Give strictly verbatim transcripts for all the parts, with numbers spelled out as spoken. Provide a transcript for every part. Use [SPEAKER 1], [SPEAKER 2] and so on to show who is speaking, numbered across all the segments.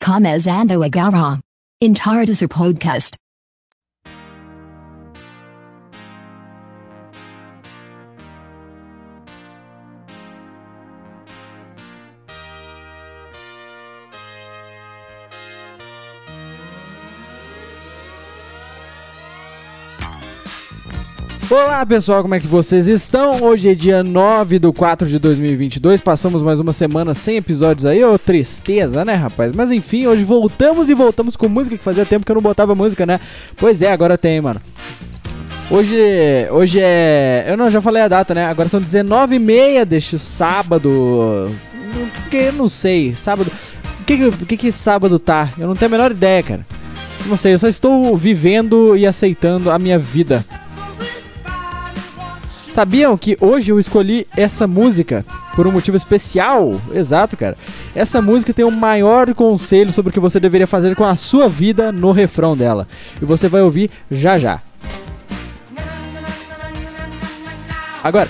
[SPEAKER 1] Começando agora. Entardecer Podcast.
[SPEAKER 2] Olá pessoal, como é que vocês estão? Hoje é dia nove de quatro de dois mil e vinte e dois, passamos mais uma semana sem episódios aí, ô tristeza, né rapaz? Mas enfim, hoje voltamos e voltamos com música, que fazia tempo que eu não botava música, né? Pois é, agora tem, mano. Hoje, hoje é... eu não, já falei a data, né? Agora são dezenove e meia deste sábado... que eu não sei, sábado... O que que, que que sábado tá? Eu não tenho a menor ideia, cara. Não sei, eu só estou vivendo e aceitando a minha vida. Sabiam que hoje eu escolhi essa música por um motivo especial? Exato, cara. Essa música tem o maior conselho sobre o que você deveria fazer com a sua vida no refrão dela. E você vai ouvir já já. Agora.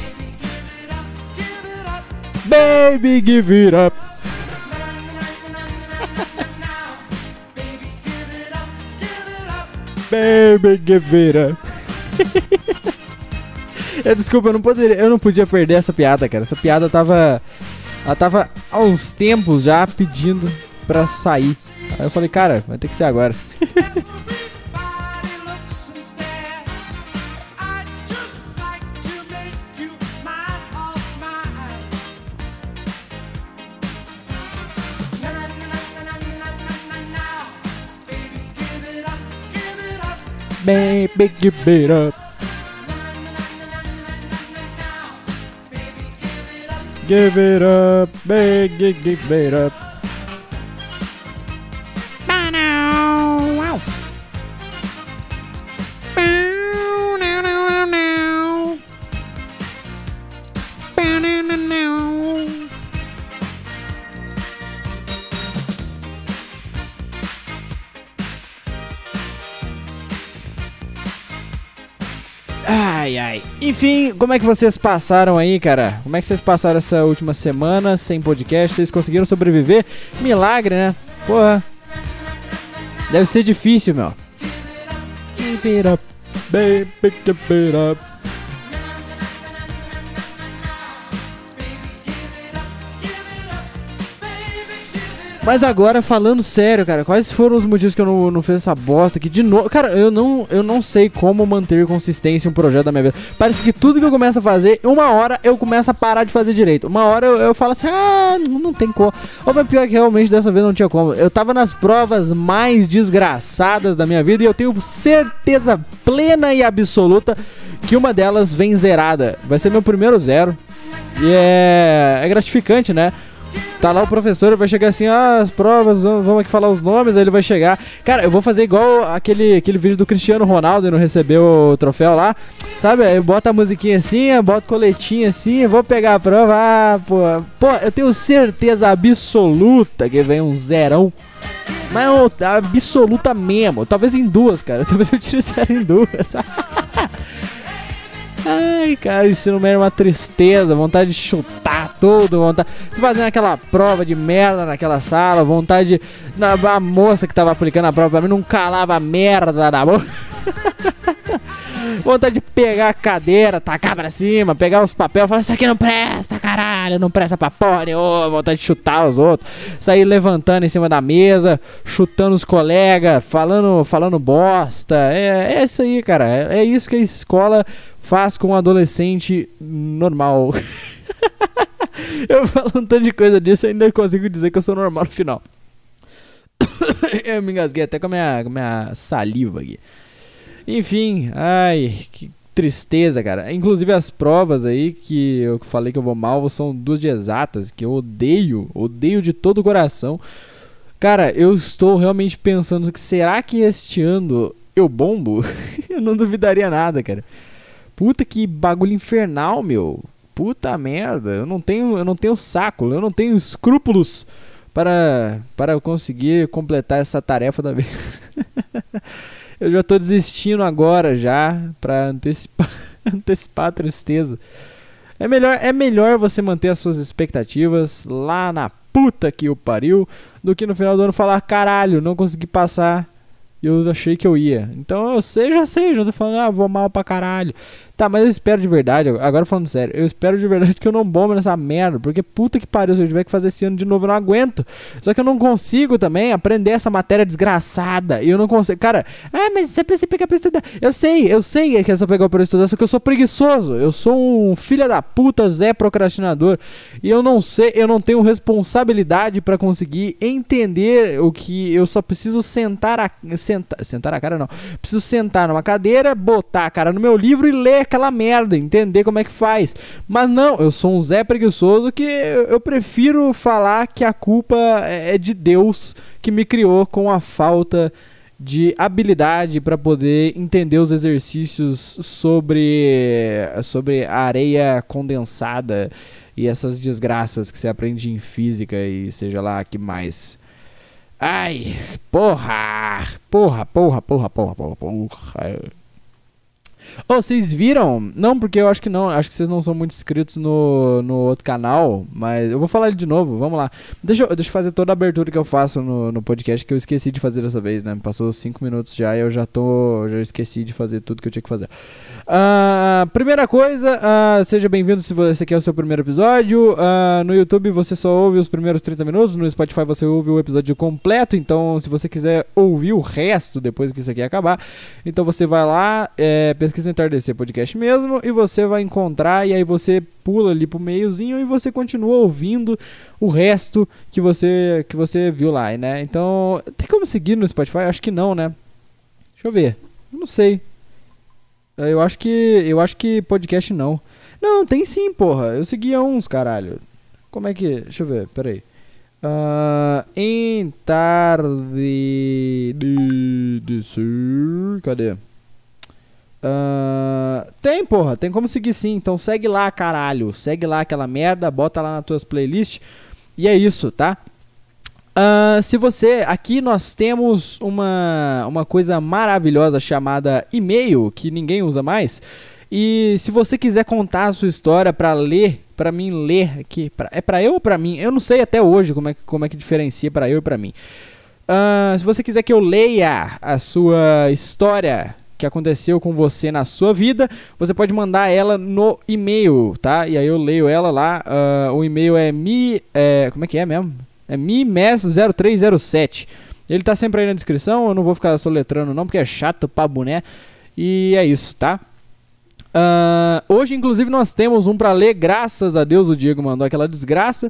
[SPEAKER 2] Baby, give it up. Baby, give it up. Eu, desculpa, eu não, poderia, eu não podia perder essa piada, cara. Essa piada tava... Ela tava há uns tempos já pedindo pra sair. Aí eu falei, cara, vai ter que ser agora. Baby, give it up. Give it up, baby, give it up. Ai, ai. Enfim, como é que vocês passaram aí, cara? Como é que vocês passaram essa última semana sem podcast? Vocês conseguiram sobreviver? Milagre, né? Porra. Deve ser difícil, meu. Give it up, baby, give it up. Mas agora, falando sério, cara, quais foram os motivos que eu não, não fiz essa bosta aqui de novo? Cara, eu não, eu não sei como manter consistência em um projeto da minha vida. Parece que tudo que eu começo a fazer, uma hora eu começo a parar de fazer direito. Uma hora eu, eu falo assim, ah, não, não tem como. Ou mas pior que realmente dessa vez não tinha como. Eu tava nas provas mais desgraçadas da minha vida e eu tenho certeza plena e absoluta que uma delas vem zerada. Vai ser meu primeiro zero. E é, é gratificante, né? Tá lá o professor, vai chegar assim, ah, as provas, vamos, vamos aqui falar os nomes, aí ele vai chegar. Cara, eu vou fazer igual aquele, aquele vídeo do Cristiano Ronaldo e não recebeu o troféu lá. Sabe, eu boto a musiquinha assim, eu boto coletinha assim, eu vou pegar a prova, ah, pô. Pô, eu tenho certeza absoluta que vem um zerão. Mas absoluta mesmo, talvez em duas, cara, talvez eu tire zero em duas. Ai, cara, ensino médio é uma tristeza, vontade de chutar tudo, vontade de fazer aquela prova de merda naquela sala, vontade de... Na, a moça que tava aplicando a prova pra mim não calava a merda da boca. Vontade de pegar a cadeira, tacar pra cima, pegar os papéis, falar, isso aqui não presta, caralho, não presta pra porra nenhuma. Vontade de chutar os outros, sair levantando em cima da mesa, chutando os colegas, falando, falando bosta. É, é isso aí, cara, é, é isso que a escola faz com um adolescente normal. Eu falo um tanto de coisa disso e ainda consigo dizer que eu sou normal no final. Eu me engasguei até com a minha, com a minha saliva aqui. Enfim, ai, que tristeza, cara. Inclusive as provas aí que eu falei que eu vou mal são duas de exatas, que eu odeio, odeio de todo o coração. Cara, eu estou realmente pensando que será que este ano eu bombo? Eu não duvidaria nada, cara. Puta que bagulho infernal, meu. Puta merda. Eu não tenho, eu não tenho saco, eu não tenho escrúpulos para, para conseguir completar essa tarefa da vez. Eu já tô desistindo agora já pra antecipar, antecipar a tristeza. É melhor, é melhor você manter as suas expectativas lá na puta que o pariu, do que no final do ano falar, caralho, não consegui passar e eu achei que eu ia. Então eu sei, já sei, já tô falando, ah, vou mal pra caralho. Tá, mas eu espero de verdade, agora falando sério, eu espero de verdade que eu não bombe nessa merda, porque puta que pariu, se eu tiver que fazer esse ano de novo eu não aguento. Só que eu não consigo também aprender essa matéria desgraçada, e eu não consigo, cara, ah, mas você precisa pegar pra estudar. Eu sei, eu sei que é só pegar pra estudar, só que eu sou preguiçoso, eu sou um filho da puta Zé procrastinador, e eu não sei, eu não tenho responsabilidade pra conseguir entender o que eu só preciso sentar a, sentar, sentar a cara não, preciso sentar numa cadeira, botar a cara no meu livro e ler aquela merda, entender como é que faz. Mas não, eu sou um Zé preguiçoso que eu prefiro falar que a culpa é de Deus que me criou com a falta de habilidade para poder entender os exercícios sobre, sobre a areia condensada e essas desgraças que você aprende em física e seja lá que mais. Ai, porra, porra, porra, porra, porra, porra, porra. Oh, vocês viram? Não, porque eu acho que não. Acho que vocês não são muito inscritos no, no outro canal. Mas eu vou falar ele de novo. Vamos lá. Deixa eu, deixa eu fazer toda a abertura que eu faço no, no podcast, que eu esqueci de fazer dessa vez, né? Passou cinco minutos já e eu já tô. Já esqueci de fazer tudo que eu tinha que fazer. Uh, primeira coisa, uh, seja bem-vindo se esse aqui é o seu primeiro episódio. Uh, no YouTube você só ouve os primeiros trinta minutos. No Spotify você ouve o episódio completo. Então, se você quiser ouvir o resto depois que isso aqui acabar, então você vai lá, é, pesquisa Entardecer Podcast mesmo, e você vai encontrar, e aí você pula ali pro meiozinho e você continua ouvindo o resto que você, que você viu lá, né? Então, tem como seguir no Spotify? Acho que não, né? Deixa eu ver. Eu não sei. Eu acho que, eu acho que podcast não. Não, tem sim, porra. Eu seguia uns, caralho. Como é que... Deixa eu ver, peraí. Uh, Entardecer... Cadê? Uh, tem, porra, tem como seguir sim. Então segue lá, caralho. Segue lá aquela merda, bota lá nas tuas playlists. E é isso, tá? Uh, se você... Aqui nós temos uma, uma coisa maravilhosa chamada e-mail, que ninguém usa mais. E se você quiser contar a sua história pra ler, pra mim ler aqui, pra, é pra eu ou pra mim? Eu não sei até hoje como é, como é que diferencia pra eu e pra mim. Uh, se você quiser que eu leia a sua história que aconteceu com você na sua vida, você pode mandar ela no e-mail, tá? E aí eu leio ela lá. Uh, o e-mail é mi... É, como é que é mesmo? É mimes zero três zero sete. Ele tá sempre aí na descrição, eu não vou ficar soletrando não, porque é chato pra boné. E é isso, tá? Uh, hoje, inclusive, nós temos um pra ler, graças a Deus o Diego mandou aquela desgraça.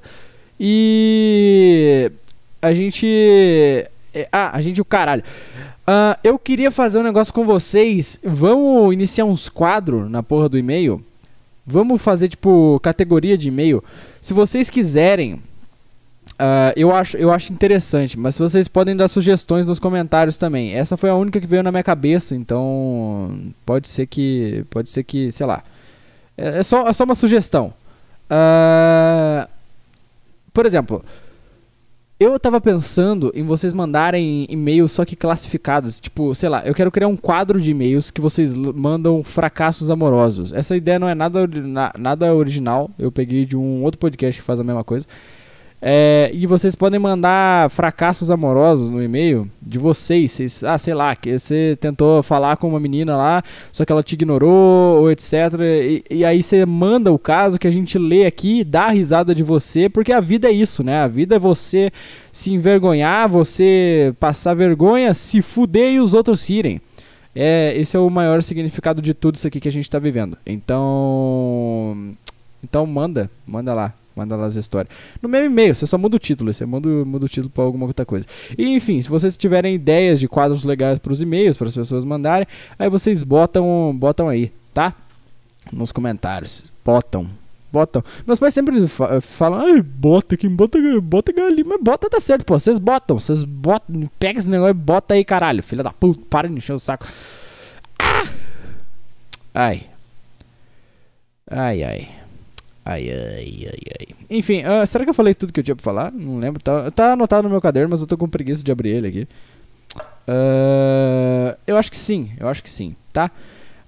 [SPEAKER 2] E... A gente... Ah, a gente o caralho. Uh, eu queria fazer um negócio com vocês. Vamos iniciar uns quadros na porra do e-mail? Vamos fazer, tipo, categoria de e-mail. Se vocês quiserem, uh, eu, acho, eu acho interessante. Mas se vocês podem dar sugestões nos comentários também. Essa foi a única que veio na minha cabeça. Então, pode ser que... Pode ser que, sei lá. É, é, só, é só uma sugestão. Uh, por exemplo... Eu tava pensando em vocês mandarem e-mails só que classificados. Tipo, sei lá, eu quero criar um quadro de e-mails que vocês mandam fracassos amorosos. Essa ideia não é nada, na, nada original. Eu peguei de um outro podcast que faz a mesma coisa. É, e vocês podem mandar fracassos amorosos no e-mail de vocês, vocês. Ah, sei lá, que você tentou falar com uma menina lá, só que ela te ignorou, ou etcétera. E, e aí você manda o caso que a gente lê aqui, dá a risada de você, porque a vida é isso, né? A vida é você se envergonhar, você passar vergonha, se fuder e os outros irem. É, esse é o maior significado de tudo isso aqui que a gente tá vivendo. Então... Então manda, manda lá. Manda lá as histórias. No mesmo e-mail, você só muda o título. Você muda, muda o título pra alguma outra coisa. E enfim, se vocês tiverem ideias de quadros legais pros e-mails, para as pessoas mandarem, aí vocês botam, botam aí, tá? Nos comentários. Botam. Botam. Meus pais sempre fa falam, ai, bota aqui, bota, bota galinha. Mas bota tá certo, pô. Vocês botam. Vocês botam. Pega esse negócio e bota aí, caralho. Filha da puta, para de encher o saco. Ah! Ai. Ai, ai. Ai, ai, ai, ai. Enfim, uh, será que eu falei tudo que eu tinha pra falar? Não lembro. Tá, tá anotado no meu caderno, mas eu tô com preguiça de abrir ele aqui. Uh, eu acho que sim, eu acho que sim, tá?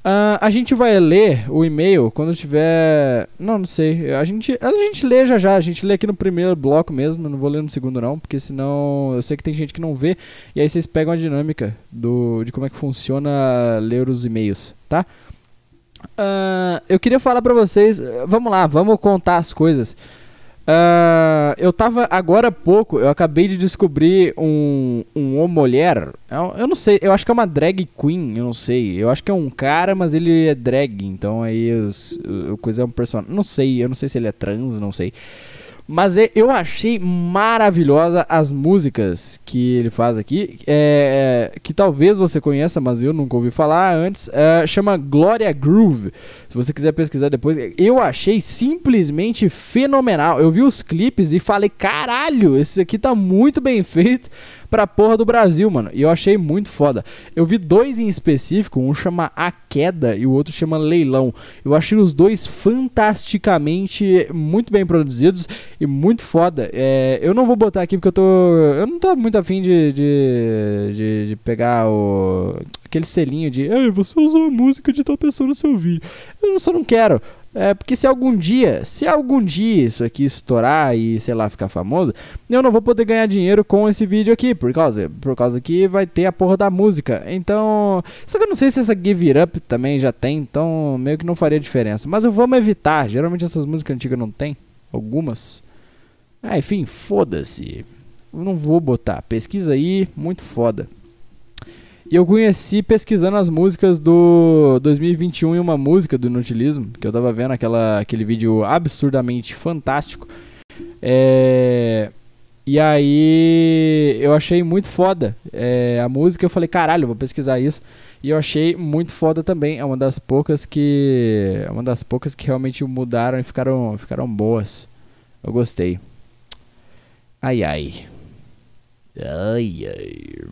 [SPEAKER 2] Uh, a gente vai ler o e-mail quando tiver... Não, não sei. A gente, a gente lê já já. A gente lê aqui no primeiro bloco mesmo. Eu não vou ler no segundo não, porque senão eu sei que tem gente que não vê. E aí vocês pegam a dinâmica do, de como é que funciona ler os e-mails, tá? Uh, eu queria falar pra vocês... Vamos lá, vamos contar as coisas. Uh, eu tava agora há pouco, eu acabei de descobrir um, um homem mulher. Eu, eu não sei, eu acho que é uma drag queen, eu não sei. Eu acho que é um cara, mas ele é drag, então aí os, o coisa é um personagem. Não sei, eu não sei se ele é trans, não sei. Mas é, eu achei maravilhosa as músicas que ele faz aqui, é, que talvez você conheça, mas eu nunca ouvi falar antes. É, chama Gloria Groove. Se você quiser pesquisar depois, eu achei simplesmente fenomenal. Eu vi os clipes e falei, caralho, esse aqui tá muito bem feito pra porra do Brasil, mano. E eu achei muito foda. Eu vi dois em específico, um chama A Queda e o outro chama Leilão. Eu achei os dois fantasticamente muito bem produzidos e muito foda. É, eu não vou botar aqui porque eu tô... Eu não tô muito afim de, de, de, de pegar o... aquele selinho de... Ei, você usou a música de tal pessoa no seu vídeo. Eu só não quero. É, porque se algum dia, se algum dia isso aqui estourar e, sei lá, ficar famoso, eu não vou poder ganhar dinheiro com esse vídeo aqui, por causa, por causa que vai ter a porra da música. Então, só que eu não sei se essa Give It Up também já tem, então meio que não faria diferença. Mas eu vou evitar, geralmente essas músicas antigas não tem, algumas. Ah, enfim, foda-se. Eu não vou botar, pesquisa aí, muito foda. E eu conheci pesquisando as músicas do dois mil e vinte e um e uma música do Inutilismo, que eu tava vendo aquela, aquele vídeo absurdamente fantástico. É... E aí eu achei muito foda é, a música, eu falei, caralho, eu vou pesquisar isso. E eu achei muito foda também, é uma das poucas que... É uma das poucas que realmente mudaram e ficaram, ficaram boas. Eu gostei. Ai, ai. Ai, ai...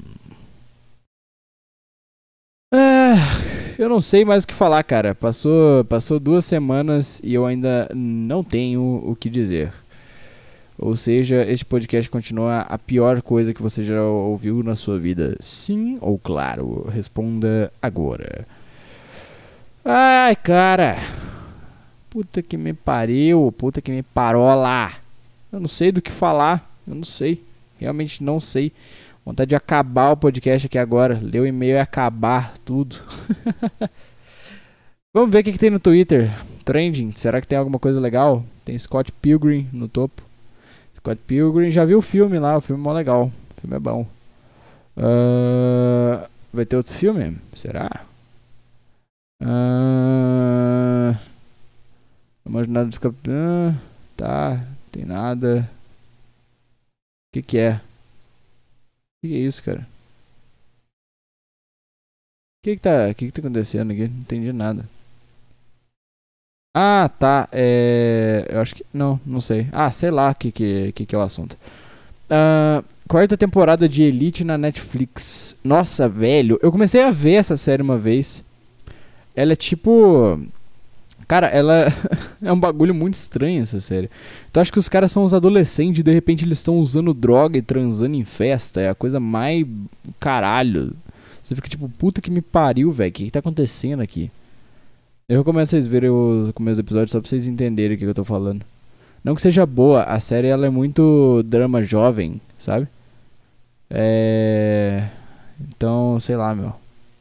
[SPEAKER 2] Ah, eu não sei mais o que falar, cara. Passou, passou duas semanas e eu ainda não tenho o que dizer. Ou seja, este podcast continua a pior coisa que você já ouviu na sua vida. Sim ou claro? Responda agora. Ai, cara. Puta que me pariu. Puta que me parola. Eu não sei do que falar. Eu não sei. Realmente não sei. Vontade de acabar o podcast aqui agora. Ler o e-mail e acabar tudo. Vamos ver o que, que tem no Twitter. Trending. Será que tem alguma coisa legal? Tem Scott Pilgrim no topo. Scott Pilgrim. Já vi o filme lá. O filme é mó legal. O filme é bom. Uh, vai ter outro filme? Será? Uh, uma jornada dos capitães. Tá. Tem nada. O que que é? O que é isso, cara? O que que tá, que que tá acontecendo aqui? Não entendi nada. Ah, tá. É... Eu acho que... Não, não sei. Ah, sei lá o que, que, que, que é o assunto. Uh, quarta temporada de Elite na Netflix. Nossa, velho. Eu comecei a ver essa série uma vez. Ela é tipo... Cara, ela é um bagulho muito estranho, essa série. Então acho que os caras são os adolescentes e de repente eles estão usando droga e transando em festa. É a coisa mais caralho. Você fica tipo, puta que me pariu, velho. O que, que tá acontecendo aqui? Eu recomendo vocês verem o começo do episódio só pra vocês entenderem o que, que eu tô falando. Não que seja boa, a série ela é muito drama jovem, sabe? É... Então, sei lá, meu.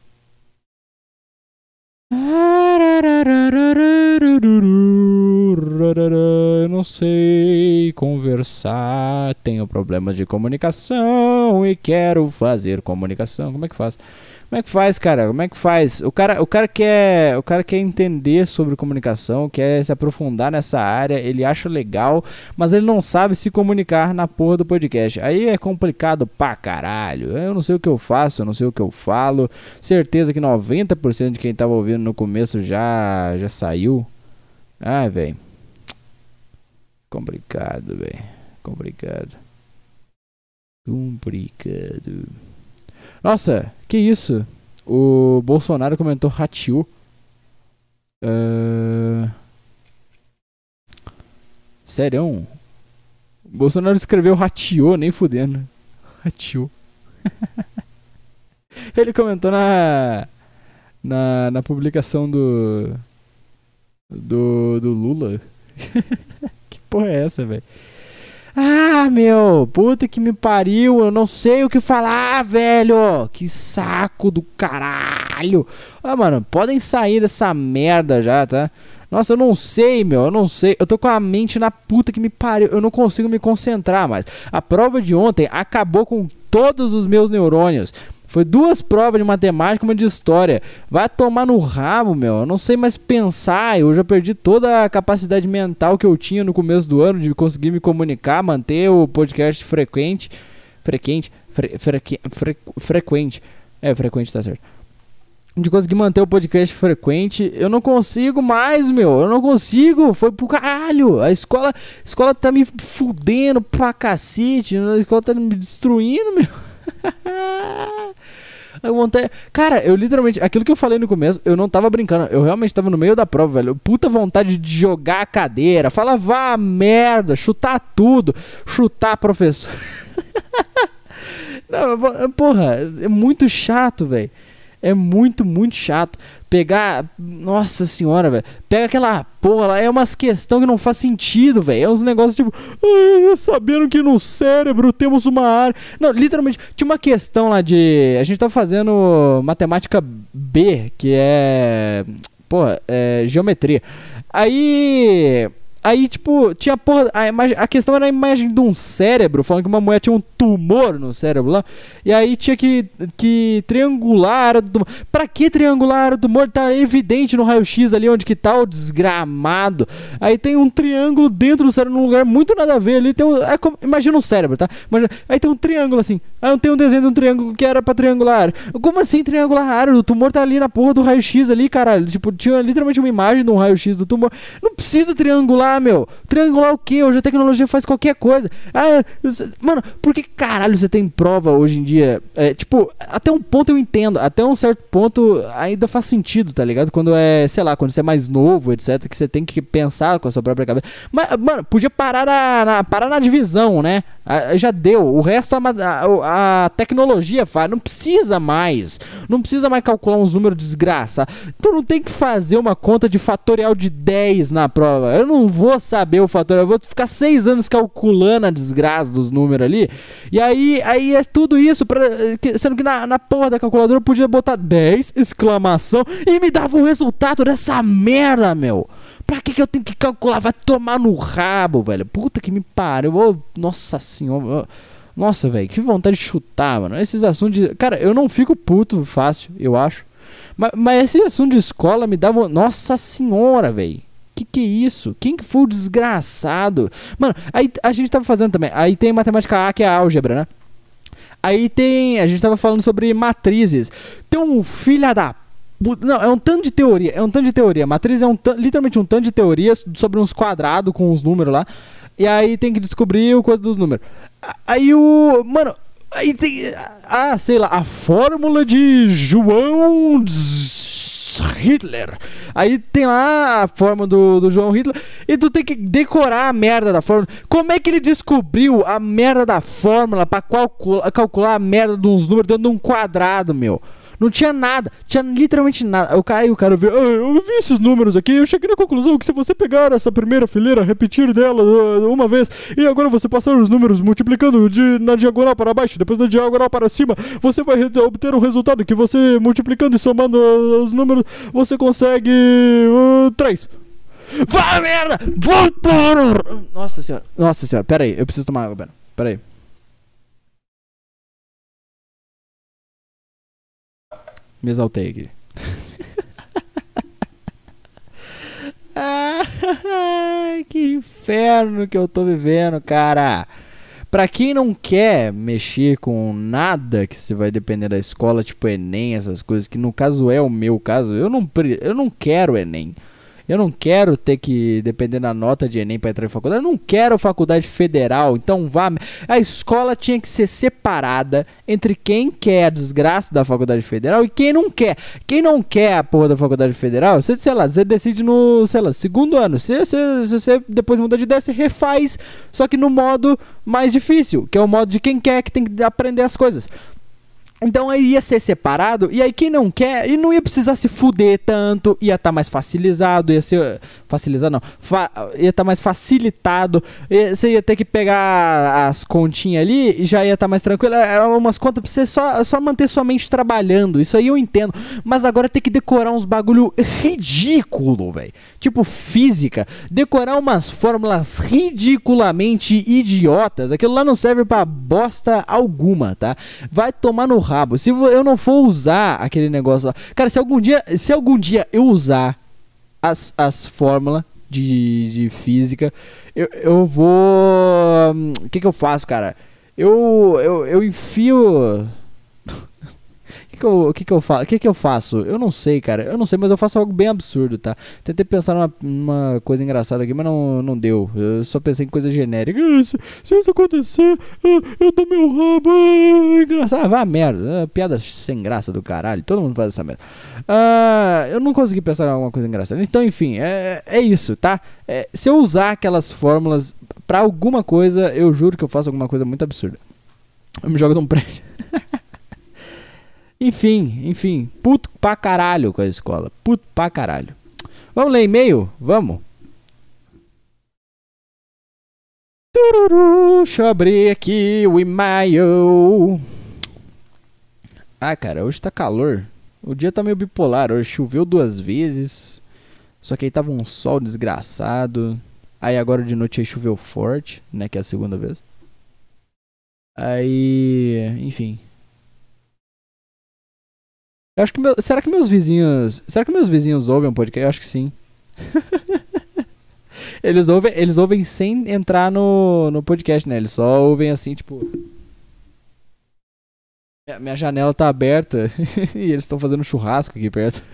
[SPEAKER 2] Eu não sei conversar, tenho problemas de comunicação e quero fazer comunicação. Como é que faz? Como é que faz, cara? Como é que faz? O cara, o cara quer, o cara quer entender sobre comunicação, quer se aprofundar nessa área, ele acha legal, mas ele não sabe se comunicar na porra do podcast. Aí é complicado pra caralho. Eu não sei o que eu faço, eu não sei o que eu falo. Certeza que noventa por cento de quem tava ouvindo no começo já já saiu. Ai, velho. Complicado, velho. Complicado. Complicado. Nossa, que isso? O Bolsonaro comentou ratiu. Uh... Sério? O Bolsonaro escreveu ratiou, nem fudendo. Ratiu. Ele comentou na... na, na publicação do, do, do Lula. Que porra é essa, velho? Ah, meu, puta que me pariu, eu não sei o que falar, velho. Que saco do caralho. Ah, mano, podem sair dessa merda já, tá? Nossa, eu não sei, meu, eu não sei. Eu tô com a mente na puta que me pariu. Eu não consigo me concentrar mais. A prova de ontem acabou com todos os meus neurônios. Foi duas provas de matemática e uma de história. Vai tomar no rabo, meu. Eu não sei mais pensar. Eu já perdi toda a capacidade mental que eu tinha no começo do ano de conseguir me comunicar, manter o podcast frequente. Frequente? Fre, freque, fre, frequente. É, frequente, tá certo. De conseguir manter o podcast frequente. Eu não consigo mais, meu. Eu não consigo. Foi pro caralho. A escola, a escola tá me fudendo pra cacete. A escola tá me destruindo, meu. Cara, eu literalmente, aquilo que eu falei no começo, eu não tava brincando, eu realmente tava no meio da prova, velho. Puta vontade de jogar a cadeira, falar vá merda, chutar tudo, chutar professor. Não, porra, é muito chato, velho. É muito, muito chato. Pegar, nossa senhora, velho. Pega aquela porra lá, é umas questões que não faz sentido, velho. É uns negócios tipo, ah, sabendo que no cérebro temos uma área. Não, literalmente, tinha uma questão lá de. A gente tava fazendo matemática B, que é. Porra, é geometria. Aí. Aí, tipo, tinha porra. A, imagem, a questão era a imagem de um cérebro, falando que uma mulher tinha um tumor no cérebro lá. E aí tinha que, que triangular a área do tumor. Pra que triangular a área do tumor? Tá evidente no raio-x ali onde que tá o desgramado. Aí tem um triângulo dentro do cérebro, num lugar muito nada a ver ali. Tem um, é como, imagina um cérebro, tá? Imagina, aí tem um triângulo assim. Aí tem um desenho de um triângulo que era pra triangular. Como assim triangular a área? O tumor tá ali na porra do raio-x ali, caralho. Tipo, tinha literalmente uma imagem de um raio-x do tumor. Não precisa triangular. Ah, meu, triangular o que? Hoje a tecnologia faz qualquer coisa. Ah, mano, por que caralho você tem prova hoje em dia? É, tipo, até um ponto eu entendo, até um certo ponto ainda faz sentido, tá ligado? Quando é, sei lá, quando você é mais novo, etc, que você tem que pensar com a sua própria cabeça. Mas, mano, podia parar na, na, parar na divisão, né? Ah, já deu, o resto a, a, a tecnologia faz, não precisa mais. Não precisa mais calcular uns números desgraçados. Então não tem que fazer uma conta de fatorial de dez na prova. Eu não vou saber o fatorial, eu vou ficar seis anos calculando a desgraça dos números ali. E aí, aí é tudo isso, pra, sendo que na, na porra da calculadora eu podia botar dez, exclamação, e me dava o resultado dessa merda, meu. Pra que que eu tenho que calcular? Vai tomar no rabo, velho. Puta que me pariu. Oh, nossa senhora. Nossa, velho, que vontade de chutar, mano. Esses assuntos de... Cara, eu não fico puto fácil, eu acho. Mas, mas esse assunto de escola me dava... Nossa senhora, velho. Que que é isso? Quem que foi o desgraçado? Mano, aí a gente tava fazendo também. Aí tem matemática A, que é a álgebra, né? Aí tem... A gente tava falando sobre matrizes. Tem um filho da... Não, é um tanto de teoria. É um tanto de teoria. Matriz é um literalmente um tanto de teoria sobre uns quadrados com os números lá. E aí tem que descobrir o coisa dos números. Aí o... Mano... Aí tem... Ah, sei lá. A fórmula de João... Hitler. Aí tem lá a fórmula do, do João Hitler. E tu tem que decorar a merda da fórmula. Como é que ele descobriu a merda da fórmula pra calcular, calcular a merda de uns números dentro de um quadrado, meu? Não tinha nada, tinha literalmente nada. O cara, o cara viu, ah, eu vi esses números aqui, eu cheguei na conclusão que se você pegar essa primeira fileira, repetir dela uh, uma vez, e agora você passar os números multiplicando de, na diagonal para baixo, depois da diagonal para cima, você vai obter um resultado que você, multiplicando e somando uh, os números, você consegue uh, três. Vá merda! Voltou! Nossa senhora, nossa senhora, pera aí, eu preciso tomar água, pera, pera aí. Me exaltei aqui. Ai, que inferno que eu tô vivendo, cara. Pra quem não quer mexer com nada que você vai depender da escola, tipo Enem, essas coisas, que no caso é o meu caso, eu não, eu não quero Enem. Eu não quero ter que depender da nota de Enem para entrar em faculdade. Eu não quero faculdade federal. Então vá. A escola tinha que ser separada entre quem quer a desgraça da faculdade federal e quem não quer. Quem não quer a porra da faculdade federal, você, sei lá, você decide no, sei lá, segundo ano. Se, se, se você depois muda de ideia, você refaz. Só que no modo mais difícil, que é o modo de quem quer, que tem que aprender as coisas. Então aí ia ser separado, e aí quem não quer, e não ia precisar se fuder tanto, ia estar tá mais facilizado, ia ser, facilizado não, fa, ia estar tá mais facilitado, ia, você ia ter que pegar as continhas ali e já ia estar tá mais tranquilo, é umas contas pra você só, só manter sua mente trabalhando, isso aí eu entendo, mas agora ter que decorar uns bagulho ridículo, velho, tipo física, decorar umas fórmulas ridiculamente idiotas, aquilo lá não serve pra bosta alguma, tá? Vai tomar no rabo. Se eu não for usar aquele negócio lá, cara, se algum dia, se algum dia eu usar as, as fórmulas de, de física, eu, eu vou, o que que eu faço, cara? Eu, eu, eu enfio. O que que eu, que que eu faço? Que que eu faço? Eu não sei, cara. Eu não sei, mas eu faço algo bem absurdo, tá? Tentei pensar numa, numa coisa engraçada aqui, mas não, não deu. Eu só pensei em coisa genérica. Ah, se, se isso acontecer, ah, eu dou meu rabo. Ah, engraçado. Ah, vá merda. Ah, piada sem graça do caralho. Todo mundo faz essa merda. Ah, eu não consegui pensar em alguma coisa engraçada. Então, enfim, é, é isso, tá? É, se eu usar aquelas fórmulas pra alguma coisa, eu juro que eu faço alguma coisa muito absurda. Eu me jogo de um prédio. Enfim, enfim, puto pra caralho com a escola, puto pra caralho. Vamos ler e-mail? Vamos. Tururu, deixa eu abrir aqui o e-mail. Ah, cara, hoje tá calor. O dia tá meio bipolar, hoje choveu duas vezes. Só que aí tava um sol desgraçado. Aí agora de noite aí choveu forte, né, que é a segunda vez. Aí, enfim... Eu acho que meu, será que meus vizinhos, será que meus vizinhos ouvem um podcast? Eu acho que sim. Eles ouvem, eles ouvem sem entrar no, no podcast, né? Eles só ouvem assim, tipo, minha, minha janela tá aberta e eles estão fazendo churrasco aqui perto.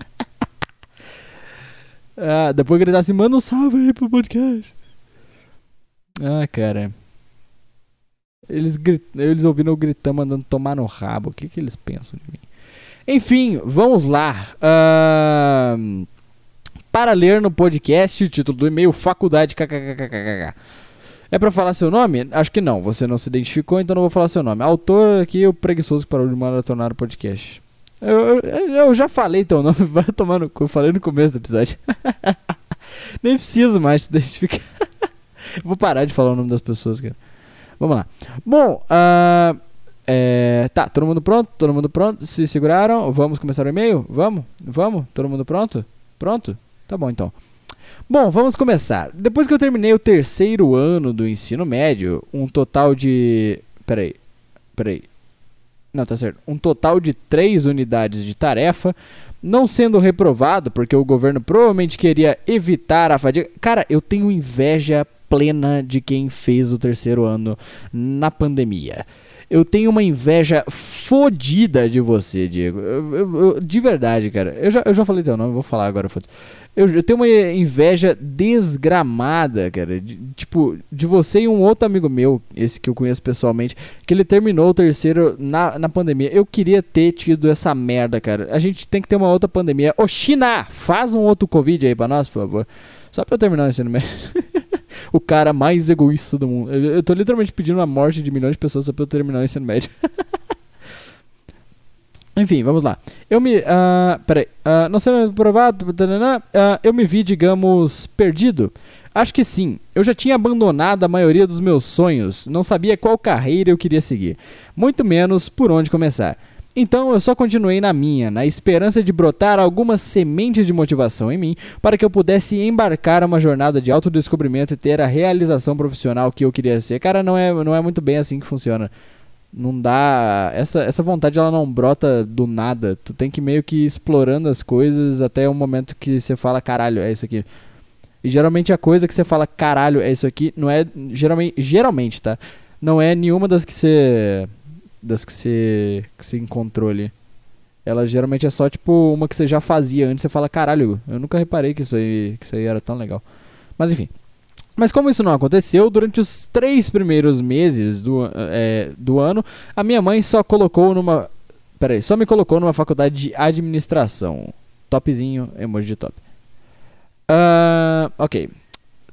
[SPEAKER 2] Ah, depois gritar assim, manda um salve aí pro podcast. Ah, cara. Eles, grit, eles ouvindo eu gritando, mandando tomar no rabo. O que que eles pensam de mim? Enfim, vamos lá. Uh, para ler no podcast, o título do e-mail, faculdade kkkk. É pra falar seu nome? Acho que não, você não se identificou, então não vou falar seu nome. Autor aqui, o preguiçoso que parou de maratonar o podcast. Eu, eu, eu já falei teu nome, vai tomar no cu, falei no começo do episódio. Nem preciso mais te identificar. Vou parar de falar o nome das pessoas, cara. Vamos lá. Bom, ah... Uh, É, tá, todo mundo pronto? Todo mundo pronto? Se seguraram? Vamos começar o e-mail? Vamos? Vamos? Todo mundo pronto? Pronto? Tá bom então. Bom, vamos começar. Depois que eu terminei o terceiro ano do ensino médio, um total de... Peraí, peraí. Não, tá certo. Um total de três unidades de tarefa, não sendo reprovado, porque o governo provavelmente queria evitar a fadiga. Cara, eu tenho inveja plena de quem fez o terceiro ano na pandemia. Eu tenho uma inveja fodida de você, Diego. Eu, eu, eu, de verdade, cara. Eu já, eu já falei teu nome, vou falar agora. Eu, eu tenho uma inveja desgramada, cara. De, tipo, de você e um outro amigo meu, esse que eu conheço pessoalmente, que ele terminou o terceiro na, na pandemia. Eu queria ter tido essa merda, cara. A gente tem que ter uma outra pandemia. Ô, China, faz um outro Covid aí pra nós, por favor. Só pra eu terminar o ensino médio. O cara mais egoísta do mundo. Eu, eu tô literalmente pedindo a morte de milhões de pessoas só pra eu terminar o ensino médio. Enfim, vamos lá. Eu me... Uh, peraí. Uh, não sendo aprovado... Uh, eu me vi, digamos, perdido? Acho que sim. Eu já tinha abandonado a maioria dos meus sonhos. Não sabia qual carreira eu queria seguir. Muito menos por onde começar. Então eu só continuei na minha, na esperança de brotar algumas sementes de motivação em mim para que eu pudesse embarcar uma jornada de autodescobrimento e ter a realização profissional que eu queria ser. Cara, não é, não é muito bem assim que funciona. Não dá... Essa, essa vontade ela não brota do nada. Tu tem que meio que ir explorando as coisas até o momento que você fala, caralho, é isso aqui. E geralmente a coisa que você fala, caralho, é isso aqui, não é... Geralmente, geralmente tá? Não é nenhuma das que você... das que você que você encontrou ali. Ela geralmente é só tipo uma que você já fazia antes. Você fala, caralho, eu nunca reparei que isso aí, que isso aí era tão legal. Mas enfim. Mas como isso não aconteceu, durante os três primeiros meses do, é, do ano, a minha mãe só colocou numa... Peraí, só me colocou numa faculdade de administração. Topzinho, emoji de top. Uh, ok.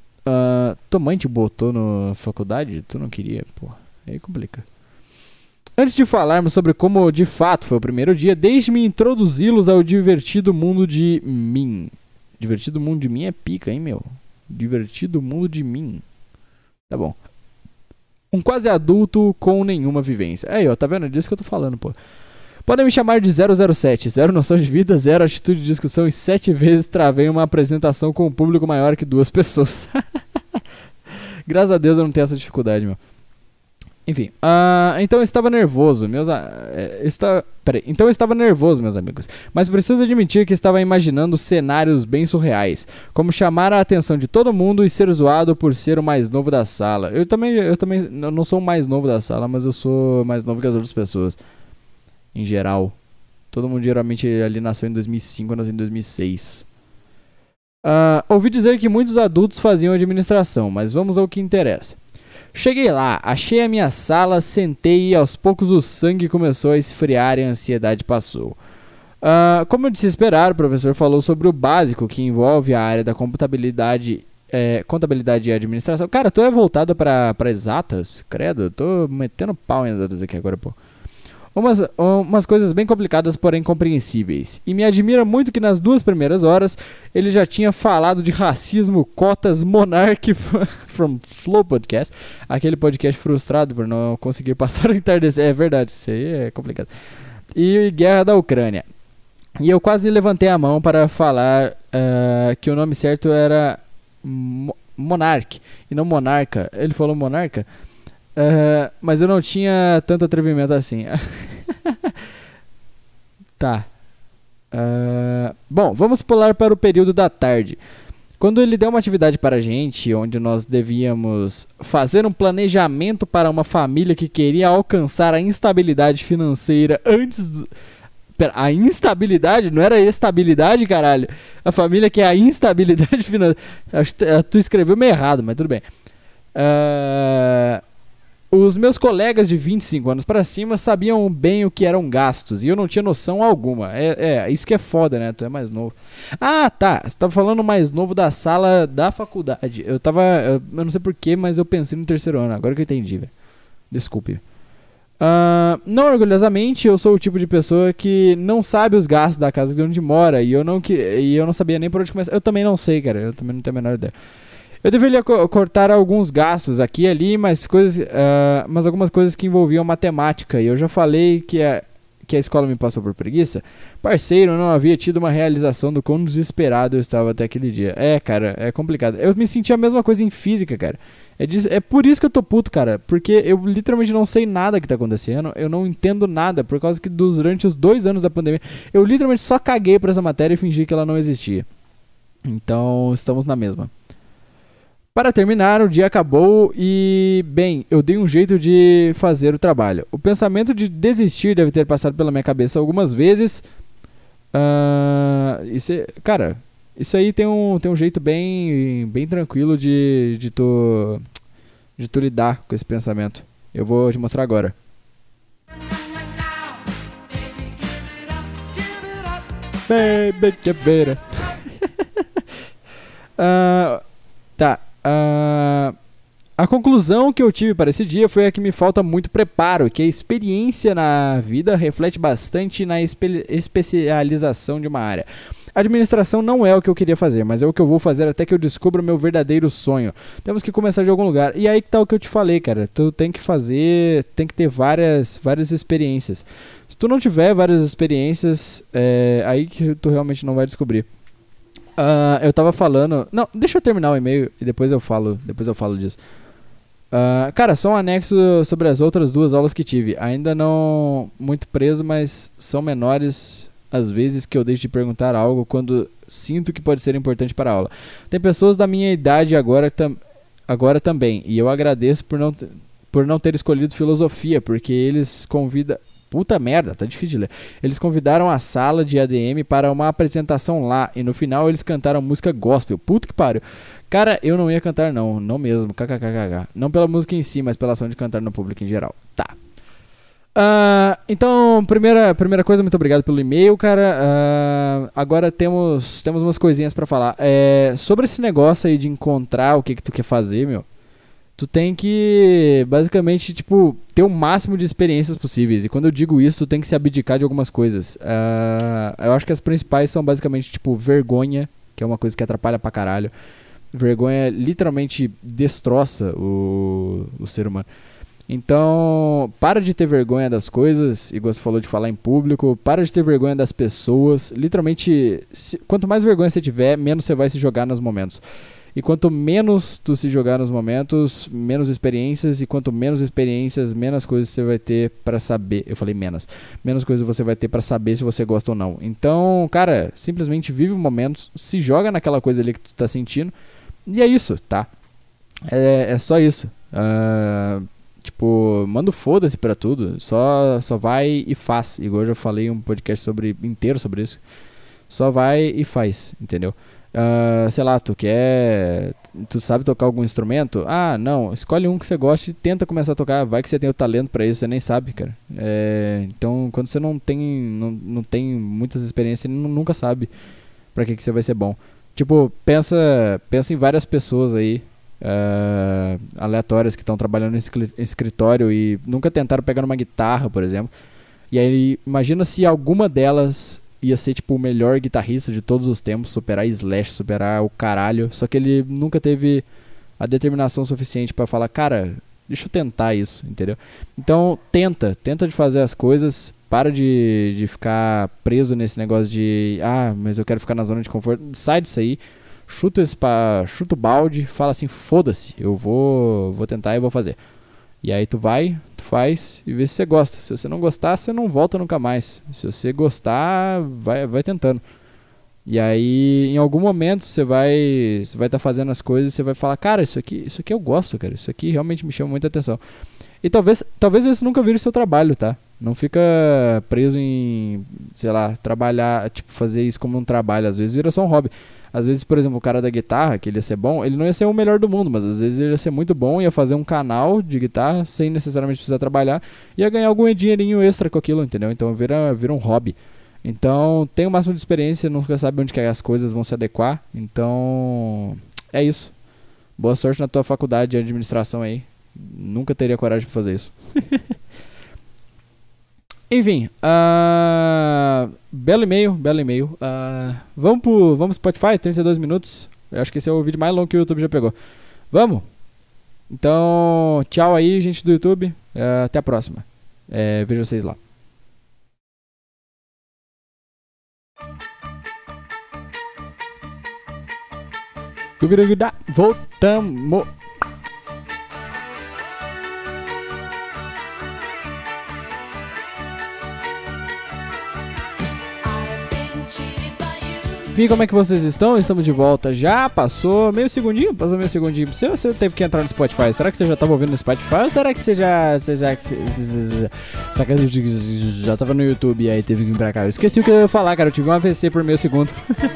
[SPEAKER 2] Uh, tua mãe te botou na faculdade? Tu não queria? Porra, aí complica. Antes de falarmos sobre como de fato foi o primeiro dia, deixe-me introduzi-los ao divertido mundo de mim. Divertido mundo de mim é pica, hein, meu? Divertido mundo de mim. Tá bom. Um quase adulto com nenhuma vivência. Aí, ó, tá vendo? É disso que eu tô falando, pô. Podem me chamar de zero zero sete, zero noção de vida, zero atitude de discussão e sete vezes travei uma apresentação com um público maior que duas pessoas. Graças a Deus eu não tenho essa dificuldade, meu. Enfim, uh, então eu estava nervoso, meus a... eu estava... Peraí, então eu estava nervoso, meus amigos, mas preciso admitir que estava imaginando cenários bem surreais, como chamar a atenção de todo mundo e ser zoado por ser o mais novo da sala. Eu também, eu também eu não sou o mais novo da sala, mas eu sou mais novo que as outras pessoas. Em geral. Todo mundo geralmente ali nasceu em dois mil e cinco, eu nasci em dois mil e seis. Uh, ouvi dizer que muitos adultos faziam administração, mas vamos ao que interessa. Cheguei lá, achei a minha sala, sentei e aos poucos o sangue começou a esfriar e a ansiedade passou. Uh, como eu disse esperar, o professor falou sobre o básico que envolve a área da contabilidade, é, contabilidade e administração. Cara, tu é voltado para exatas? Credo, eu tô metendo pau em exatas aqui agora, pô. Umas, umas coisas bem complicadas, porém compreensíveis. E me admira muito que nas duas primeiras horas ele já tinha falado de racismo, cotas, Monarch from Flow Podcast. Aquele podcast frustrado por não conseguir passar o entardecer. É verdade, isso aí é complicado. E guerra da Ucrânia. E eu quase levantei a mão para falar uh, que o nome certo era Mo- Monarch e não Monarca. Ele falou Monarca? Uh, mas eu não tinha tanto atrevimento assim. Tá. Uh, bom, vamos pular para o período da tarde. Quando ele deu uma atividade para a gente, onde nós devíamos fazer um planejamento para uma família que queria alcançar a instabilidade financeira antes do... Pera, a instabilidade? Não era a estabilidade, caralho? A família que é a instabilidade financeira. Tu escreveu meio errado, mas tudo bem. Uh... Os meus colegas de vinte e cinco anos pra cima sabiam bem o que eram gastos e eu não tinha noção alguma. É, é isso que é foda, né? Tu é mais novo. Ah, tá. Você tava falando mais novo da sala da faculdade. Eu tava... Eu, eu não sei porquê, mas eu pensei no terceiro ano. Agora que eu entendi, velho. Desculpe. Uh, não orgulhosamente, eu sou o tipo de pessoa que não sabe os gastos da casa de onde mora e eu não, que, e eu não sabia nem por onde começar. Eu também não sei, cara. Eu também não tenho a menor ideia. Eu deveria co- cortar alguns gastos aqui e ali, mas, coisas, uh, mas algumas coisas que envolviam matemática. E eu já falei que a, que a escola me passou por preguiça. Parceiro, eu não havia tido uma realização do quão desesperado eu estava até aquele dia. É, cara, é complicado. Eu me senti a mesma coisa em física, cara. É, disso, é por isso que eu tô puto, cara. Porque eu literalmente não sei nada que tá acontecendo. Eu não entendo nada. Por causa que durante os dois anos da pandemia, eu literalmente só caguei pra essa matéria e fingi que ela não existia. Então, estamos na mesma. Para terminar, o dia acabou e, bem, eu dei um jeito de fazer o trabalho. O pensamento de desistir deve ter passado pela minha cabeça algumas vezes. Uh, isso é, cara, isso aí tem um, tem um jeito bem, bem tranquilo de, de, tu, de tu lidar com esse pensamento. Eu vou te mostrar agora. Baby, give it up. uh, tá. Uh, a conclusão que eu tive para esse dia foi a que me falta muito preparo, que a experiência na vida reflete bastante na espe- especialização de uma área. A administração não é o que eu queria fazer, mas é o que eu vou fazer até que eu descubra o meu verdadeiro sonho. Temos que começar de algum lugar. E aí que tá o que eu te falei, cara. Tu tem que fazer, tem que ter várias, várias experiências. Se tu não tiver várias experiências, é aí que tu realmente não vai descobrir. Uh, eu tava falando... Não, deixa eu terminar o e-mail e depois eu falo, depois eu falo disso. Uh, cara, só um anexo sobre as outras duas aulas que tive. Ainda não muito preso, mas são menores as vezes que eu deixo de perguntar algo quando sinto que pode ser importante para a aula. Tem pessoas da minha idade agora, tam, agora também, e eu agradeço por não, t- por não ter escolhido filosofia, porque eles convidam... Puta merda, tá difícil de ler. Eles convidaram a sala de A D M para uma apresentação lá e no final eles cantaram música gospel. Puta que pariu. Cara, eu não ia cantar não, não mesmo, kkkk. Não pela música em si, mas pela ação de cantar no público em geral. Tá. Uh, então, primeira, primeira coisa, muito obrigado pelo e-mail, cara. Uh, agora temos, temos umas coisinhas pra falar. É, sobre esse negócio aí de encontrar o que, que tu quer fazer, meu. tu tem que, basicamente, tipo, ter o máximo de experiências possíveis. E quando eu digo isso, tu tem que se abdicar de algumas coisas. Uh, eu acho que as principais são, basicamente, tipo, vergonha, que é uma coisa que atrapalha pra caralho. Vergonha literalmente destroça o, o ser humano. Então, para de ter vergonha das coisas, igual você falou de falar em público, para de ter vergonha das pessoas. Literalmente, se, quanto mais vergonha você tiver, menos você vai se jogar nos momentos. E quanto menos tu se jogar nos momentos, menos experiências. E quanto menos experiências, menos coisas você vai ter pra saber. Eu falei menos. Menos coisas você vai ter pra saber se você gosta ou não. Então, cara, simplesmente vive o momento, se joga naquela coisa ali que tu tá sentindo. E é isso, tá? É, é só isso. Uh, tipo, manda foda-se pra tudo. Só, só vai e faz. Igual eu já falei um podcast sobre, inteiro sobre isso. Só vai e faz, entendeu? Uh, sei lá, tu quer... Tu sabe tocar algum instrumento? Ah, não. Escolhe um que você goste e tenta começar a tocar. Vai que você tem o talento pra isso, você nem sabe, cara. É, então, quando você não tem, não, não tem muitas experiências, você nunca sabe pra que, que você vai ser bom. Tipo, pensa, pensa em várias pessoas aí, uh, aleatórias, que estão trabalhando em escritório e nunca tentaram pegar uma guitarra, por exemplo. E aí, imagina se alguma delas ia ser, tipo, o melhor guitarrista de todos os tempos, superar Slash, superar o caralho. Só que ele nunca teve a determinação suficiente pra falar, cara, deixa eu tentar isso, entendeu? Então, tenta, tenta de fazer as coisas. Para de, de ficar preso nesse negócio de, ah, mas eu quero ficar na zona de conforto. Sai disso aí, chuta, esse pa, chuta o balde, fala assim, foda-se, eu vou, vou tentar e vou fazer. E aí tu vai, tu faz e vê se você gosta. Se você não gostar, você não volta nunca mais. Se você gostar, vai, vai tentando. E aí, em algum momento, você vai você vai estar tá fazendo as coisas e você vai falar, cara, isso aqui, isso aqui eu gosto, cara. Isso aqui realmente me chama muita atenção. E talvez, talvez esse nunca vire o seu trabalho, tá? Não fica preso em, sei lá, trabalhar, tipo, fazer isso como um trabalho. Às vezes vira só um hobby. Às vezes, por exemplo, o cara da guitarra, que ele ia ser bom, ele não ia ser o melhor do mundo, mas às vezes ele ia ser muito bom, ia fazer um canal de guitarra sem necessariamente precisar trabalhar, ia ganhar algum dinheirinho extra com aquilo, entendeu? Então vira, vira um hobby. Então, tem o máximo de experiência, nunca sabe onde que as coisas vão se adequar. Então, é isso. Boa sorte na tua faculdade de administração aí. Nunca teria coragem de fazer isso. Enfim, uh, belo e-mail, belo e-mail. Uh, vamos pro vamos pro Spotify, trinta e dois minutos. Eu acho que esse é o vídeo mais longo que o YouTube já pegou. Vamos? Então, tchau aí, gente do YouTube. Uh, até a próxima. É, vejo vocês lá. Voltamos. E como é que vocês estão? Estamos de volta. Já passou meio segundinho? Passou meio segundinho. Se você teve que entrar no Spotify, será que você já estava ouvindo no Spotify? Ou será que você já... Você já, será que já estava no YouTube e aí teve que vir pra cá? Eu esqueci o que eu ia falar, cara. Eu tive um A V C por meio segundo.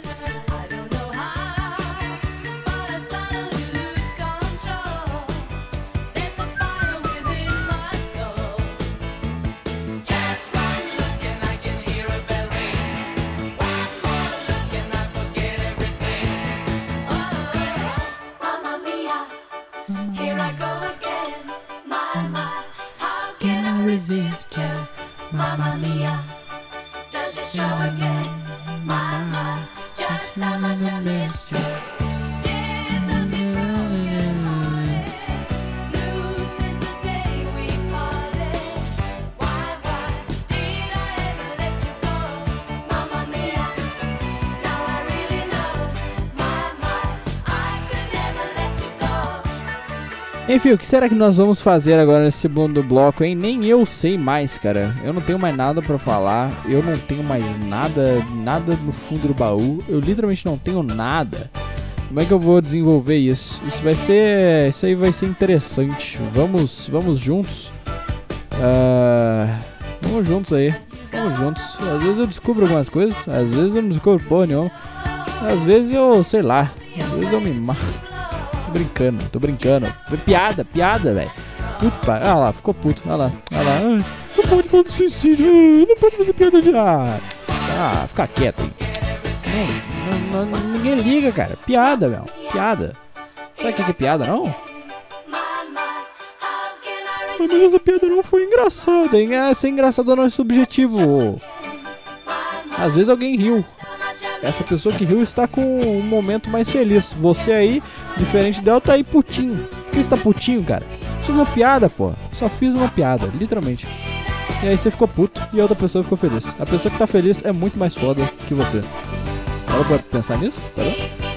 [SPEAKER 2] Resist you, Mamma Mia. Does it show again, Mama? Just how much I missed you. There's something broken hearted, blue since the day we parted. Why, why did I ever let you go, Mamma Mia? Now I really know, my, my, I could never let you go. Enfim, o que será que nós vamos fazer agora nesse segundo bloco, hein? Nem eu sei mais, cara. Eu não tenho mais nada pra falar. Eu não tenho mais nada, nada no fundo do baú. Eu literalmente não tenho nada. Como é que eu vou desenvolver isso? Isso vai ser... Isso aí vai ser interessante. Vamos, vamos juntos. Uh, vamos juntos aí. Vamos juntos. Às vezes eu descubro algumas coisas. Às vezes eu não descubro porra nenhuma. Às vezes eu, sei lá. Às vezes eu me mato. Tô brincando, tô brincando. Foi piada, piada, velho. Puto, pai. Ah lá, ficou puto. Olha lá, olha lá. Ah, não pode falar de suicídio. Não pode fazer piada de... Ah, ah fica quieto aí. Não, não, não, ninguém liga, cara. Piada, velho. Piada. Sabe o que é piada, não? mas essa piada não foi engraçada, hein? Ah, ser engraçado não é subjetivo. Às vezes alguém riu. Essa pessoa que riu está com um momento mais feliz. Você aí, diferente dela, tá aí putinho. Por que você tá putinho, cara? Fiz uma piada, pô. Só fiz uma piada, literalmente. E aí você ficou puto e a outra pessoa ficou feliz. A pessoa que tá feliz é muito mais foda que você. Ela pode pensar nisso? Pera.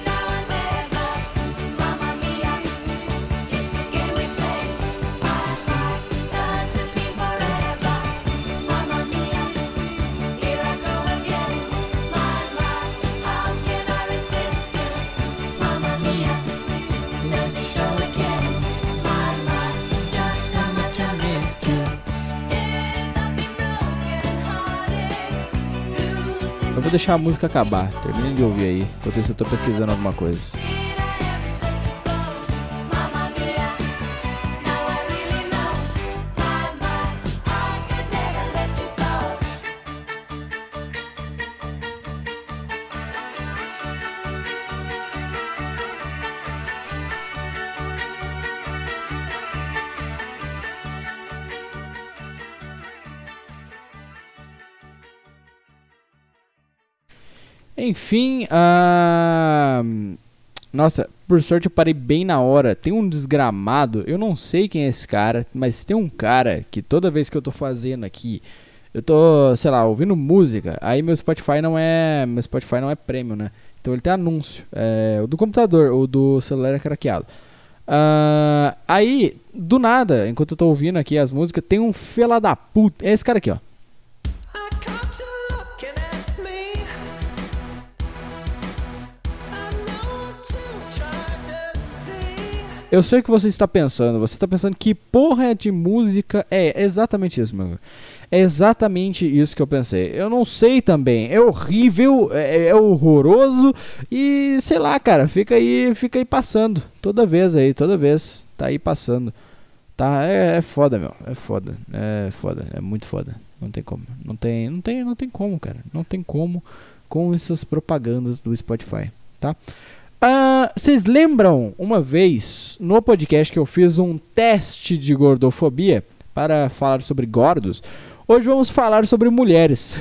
[SPEAKER 2] Eu vou deixar a música acabar. Termine de ouvir aí. Enquanto isso eu tô pesquisando alguma coisa. Enfim, uh... nossa, por sorte eu parei bem na hora. Tem um desgramado, eu não sei quem é esse cara, mas tem um cara que toda vez que eu tô fazendo aqui, eu tô, sei lá, ouvindo música, aí meu Spotify não é, meu Spotify não é premium, né? Então ele tem anúncio, é, o do computador, o do celular é craqueado. Uh... Aí, do nada, enquanto eu tô ouvindo aqui as músicas, tem um fela da puta, é esse cara aqui, ó. Eu sei o que você está pensando. Você está pensando que porra de música é exatamente isso, meu amigo. É exatamente isso que eu pensei. Eu não sei também. É horrível, é, é horroroso e sei lá, cara. Fica aí, fica aí passando toda vez aí, toda vez tá aí passando. Tá, é, é foda, meu. É foda, é foda, é muito foda. Não tem como, não tem, não tem, não tem como, cara. Não tem como com essas propagandas do Spotify, tá? Vocês uh, lembram uma vez no podcast que eu fiz um teste de gordofobia para falar sobre gordos? Hoje vamos falar sobre mulheres.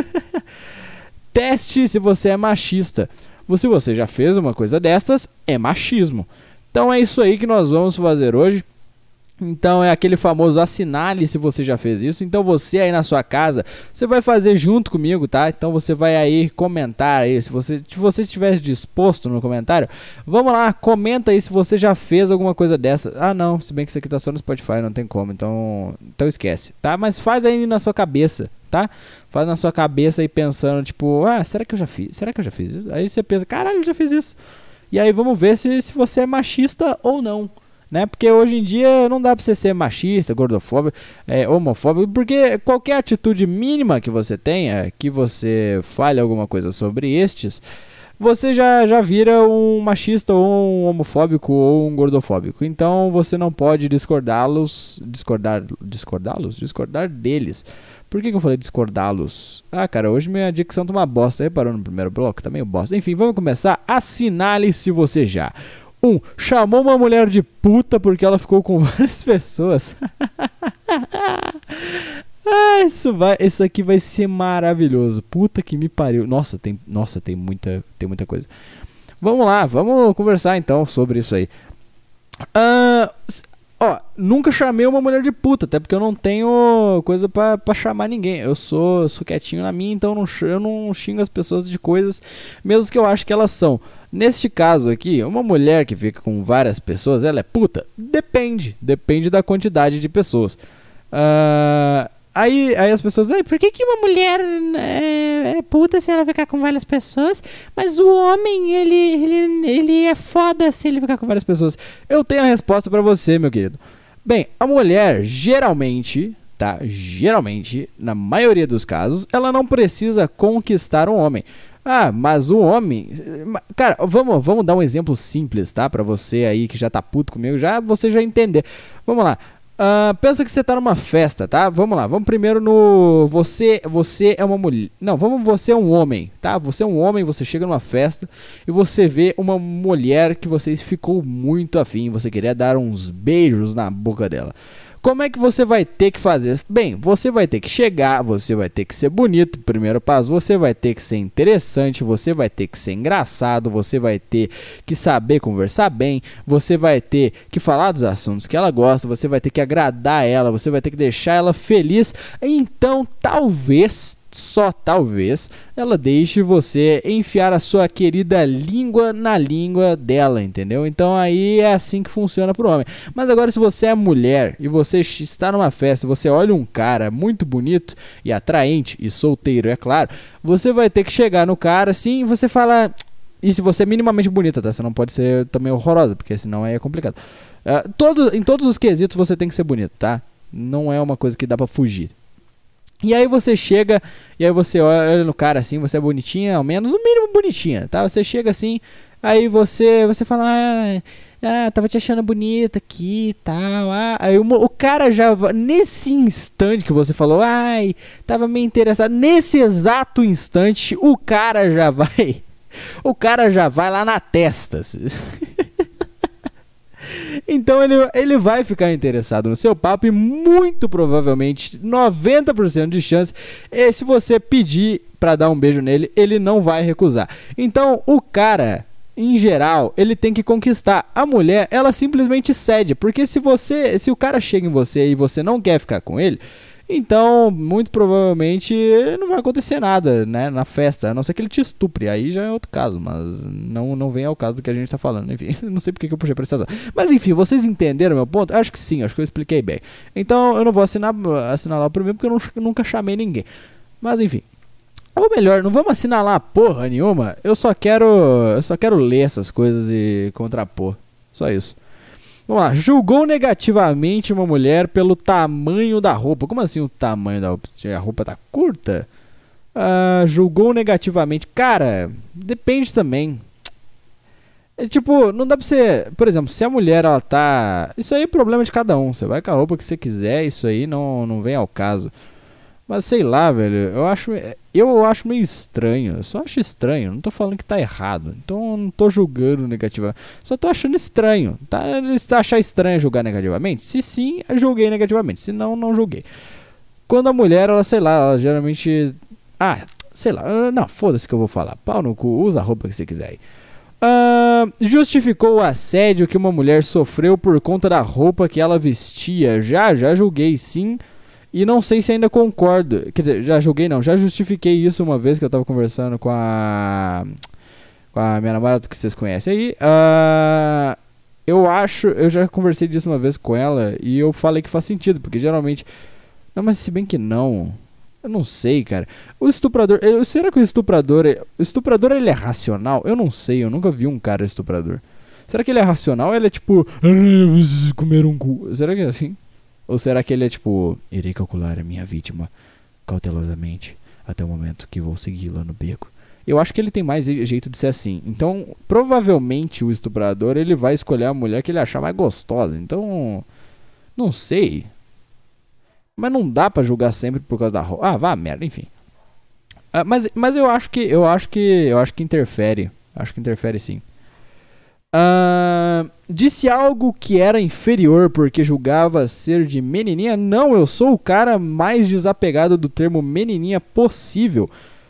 [SPEAKER 2] Teste se você é machista. Se você já fez uma coisa dessas, é machismo. Então é isso aí que nós vamos fazer hoje. Então é aquele famoso assinale se você já fez isso. Então você aí na sua casa, você vai fazer junto comigo, tá? Então você vai aí comentar aí, se você, se você estiver disposto no comentário, vamos lá, comenta aí se você já fez alguma coisa dessa. Ah não, se bem que isso aqui tá só no Spotify, não tem como, então, então esquece, tá? Mas faz aí na sua cabeça, tá? Faz na sua cabeça aí pensando, tipo, ah, será que eu já fiz? Será que eu já fiz isso? Aí você pensa, caralho, eu já fiz isso. E aí vamos ver se, se você é machista ou não. Né? Porque hoje em dia não dá pra você ser machista, gordofóbico, é, homofóbico, porque qualquer atitude mínima que você tenha, que você fale alguma coisa sobre estes, você já, já vira um machista ou um homofóbico ou um gordofóbico. Então você não pode discordá-los, discordar, discordá-los, discordar deles. Por que, que eu falei discordá-los? Ah, cara, hoje minha dicção tá uma bosta. Reparou no primeiro bloco? Tá meio bosta. Enfim, vamos começar. Assinale se você já. Um, chamou uma mulher de puta porque ela ficou com várias pessoas. Ah, isso, vai, isso aqui vai ser maravilhoso. Puta que me pariu. Nossa, tem, nossa, tem muita, tem muita coisa. Vamos lá, vamos conversar então sobre isso aí. Ah, ó, nunca chamei uma mulher de puta, até porque eu não tenho coisa pra, pra chamar ninguém. Eu sou, sou quietinho na minha, então eu não, eu não xingo as pessoas de coisas, mesmo que eu acho que elas são. Neste caso aqui, uma mulher que fica com várias pessoas, ela é puta? Depende, depende da quantidade de pessoas. Uh, aí, aí as pessoas, por que, que uma mulher é, é puta se ela ficar com várias pessoas, mas o homem, ele, ele, ele é foda se ele ficar com várias pessoas? Eu tenho a resposta pra você, meu querido. Bem, a mulher, geralmente, tá? Geralmente, na maioria dos casos, ela não precisa conquistar um homem. Ah, mas o homem... Cara, vamos, vamos dar um exemplo simples, tá? Pra você aí que já tá puto comigo, já, você já entender. Vamos lá. Uh, pensa que você tá numa festa, tá? Vamos lá, vamos primeiro no... Você, você é uma mulher... Não, vamos, você é um homem, tá? Você é um homem, você chega numa festa e você vê uma mulher que você ficou muito afim. Você queria dar uns beijos na boca dela. Como é que você vai ter que fazer? Bem, você vai ter que chegar, você vai ter que ser bonito, primeiro passo, você vai ter que ser interessante, você vai ter que ser engraçado, você vai ter que saber conversar bem, você vai ter que falar dos assuntos que ela gosta, você vai ter que agradar ela, você vai ter que deixar ela feliz. Então, talvez, só talvez, ela deixe você enfiar a sua querida língua na língua dela, entendeu? Então aí é assim que funciona pro homem. Mas agora, se você é mulher e você está numa festa, você olha um cara muito bonito e atraente e solteiro, é claro, você vai ter que chegar no cara assim e você fala... E se você é minimamente bonita, tá? Você não pode ser também horrorosa, porque senão aí é complicado. Uh, todo, em todos os quesitos você tem que ser bonito, tá? Não é uma coisa que dá pra fugir. E aí você chega, e aí você olha no cara assim, você é bonitinha, ao menos, no mínimo bonitinha, tá? Você chega assim, aí você, você fala, ah, ah, tava te achando bonita aqui e tal, ah. Aí o, o cara já, nesse instante que você falou, ai, tava meio interessado, nesse exato instante, o cara já vai, o cara já vai lá na testa, então ele, ele vai ficar interessado no seu papo e muito provavelmente noventa por cento de chance, e se você pedir pra dar um beijo nele, ele não vai recusar. Então o cara, em geral, ele tem que conquistar. A mulher, ela simplesmente cede, porque se você, se o cara chega em você e você não quer ficar com ele, então, muito provavelmente não vai acontecer nada, né, na festa, a não ser que ele te estupre, aí já é outro caso, mas não, não vem ao caso do que a gente tá falando, enfim, não sei porque que eu puxei pra essa zona. Mas enfim, vocês entenderam meu ponto? Acho que sim, acho que eu expliquei bem. Então, eu não vou assinar, assinar lá o primeiro, porque eu, não, eu nunca chamei ninguém. Mas enfim, ou melhor, não vamos assinar lá porra nenhuma, eu só quero, eu só quero ler essas coisas e contrapor, só isso. Vamos lá, julgou negativamente uma mulher pelo tamanho da roupa. Como assim o tamanho da roupa? A roupa tá curta? Ah, julgou negativamente. Cara, depende também. É, tipo, não dá pra você... Por exemplo, se a mulher, ela tá... Isso aí é problema de cada um. Você vai com a roupa que você quiser, isso aí não, não vem ao caso. Mas sei lá, velho, eu acho, eu acho meio estranho, eu só acho estranho, não tô falando que tá errado, então eu não tô julgando negativamente, só tô achando estranho, tá? Se achar estranho julgar negativamente, se sim, eu julguei negativamente, se não, não julguei. Quando a mulher, ela, sei lá, ela geralmente, ah, sei lá, não, foda-se que eu vou falar, pau no cu, usa a roupa que você quiser aí. Uh, justificou o assédio que uma mulher sofreu por conta da roupa que ela vestia, já, já julguei sim. E não sei se ainda concordo. Quer dizer, já julguei não. Já justifiquei isso uma vez que eu tava conversando com a... Com a minha namorada, que vocês conhecem aí. Uh, eu acho... Eu já conversei disso uma vez com ela. E eu falei que faz sentido. Porque geralmente... Não, mas se bem que não... Eu não sei, cara. O estuprador... Eu, será que o estuprador... O estuprador, ele é racional? Eu não sei. Eu nunca vi um cara estuprador. Será que ele é racional ou ele é tipo... Comer um cu? Será que é assim? Ou será que ele é tipo, irei calcular a minha vítima cautelosamente até o momento que vou segui-la no beco? Eu acho que ele tem mais jeito de ser assim. Então, provavelmente o estuprador, ele vai escolher a mulher que ele achar mais gostosa. Então, não sei. Mas não dá pra julgar sempre por causa da roupa. Ah, vá merda, enfim. Ah, mas, mas eu acho que eu acho que eu acho que interfere. Acho que interfere sim. Uh, disse algo que era inferior porque julgava ser de menininha. Não, eu sou o cara mais desapegado do termo menininha possível.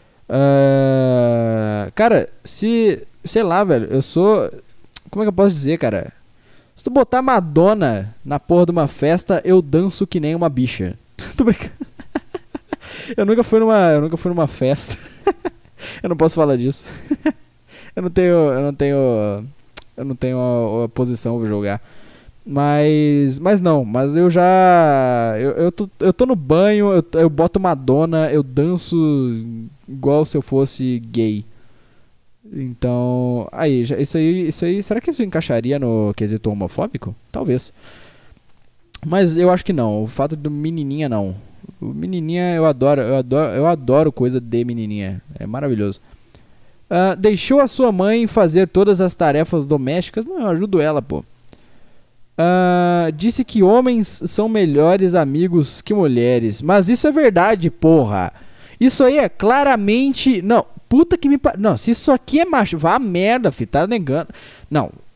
[SPEAKER 2] Uh, cara, se... Sei lá, velho, eu sou... Como é que eu posso dizer, cara? Se tu botar Madonna na porra de uma festa, eu danço que nem uma bicha. Tô brincando. Eu nunca fui numa, eu nunca fui numa festa. Eu não posso falar disso. Eu não tenho... Eu não tenho... Eu não tenho a, a posição pra jogar. Mas. Mas não, mas eu já. Eu, eu, tô, eu tô no banho, eu, eu boto Madonna, eu danço igual se eu fosse gay. Então. Aí, já, isso aí. Isso aí. Será que isso encaixaria no quesito homofóbico? Talvez. Mas eu acho que não. O fato do menininha não. O menininha eu adoro. Eu adoro, eu adoro coisa de menininha. É maravilhoso. Uh, deixou a sua mãe fazer todas as tarefas domésticas. Não, eu ajudo ela, pô. Uh, disse que homens são melhores amigos que mulheres. Mas isso é verdade, porra. Isso aí é claramente... Não, puta que me... Pa... Não, se isso aqui é macho... Vá a merda, filho, tá negando. Não,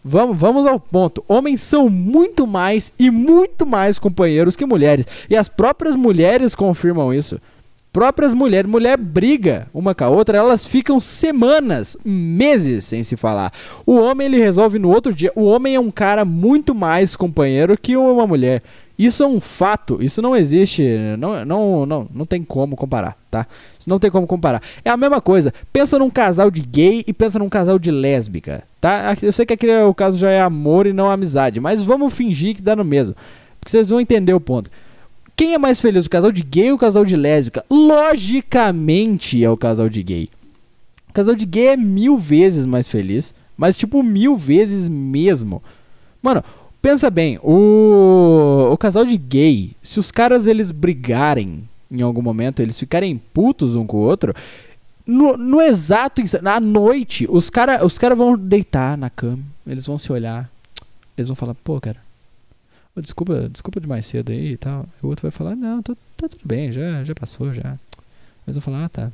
[SPEAKER 2] Vamos, vamos ao ponto. Homens são muito mais e muito mais companheiros que mulheres. E as próprias mulheres confirmam isso. Próprias mulheres. Mulher briga uma com a outra. Elas ficam semanas, meses sem se falar. O homem, ele resolve no outro dia. O homem é um cara muito mais companheiro que uma mulher. Isso é um fato, isso não existe, não, não, não, não tem como comparar, tá? Isso não tem como comparar. É a mesma coisa, pensa num casal de gay e pensa num casal de lésbica, tá? Eu sei que aqui o caso já é amor e não amizade, mas vamos fingir que dá no mesmo, porque vocês vão entender o ponto. Quem é mais feliz, o casal de gay ou o casal de lésbica? Logicamente é o casal de gay. O casal de gay é mil vezes mais feliz, mas tipo mil vezes mesmo. Mano... Pensa bem, o, o casal de gay, se os caras eles brigarem em algum momento, eles ficarem putos um com o outro, no, no exato, na noite, os caras os cara vão deitar na cama, eles vão se olhar, eles vão falar, pô, cara, desculpa, desculpa de mais cedo aí e tal. O outro vai falar, não, tô, tá tudo bem, já, já passou, já. Eles vão falar, ah, tá.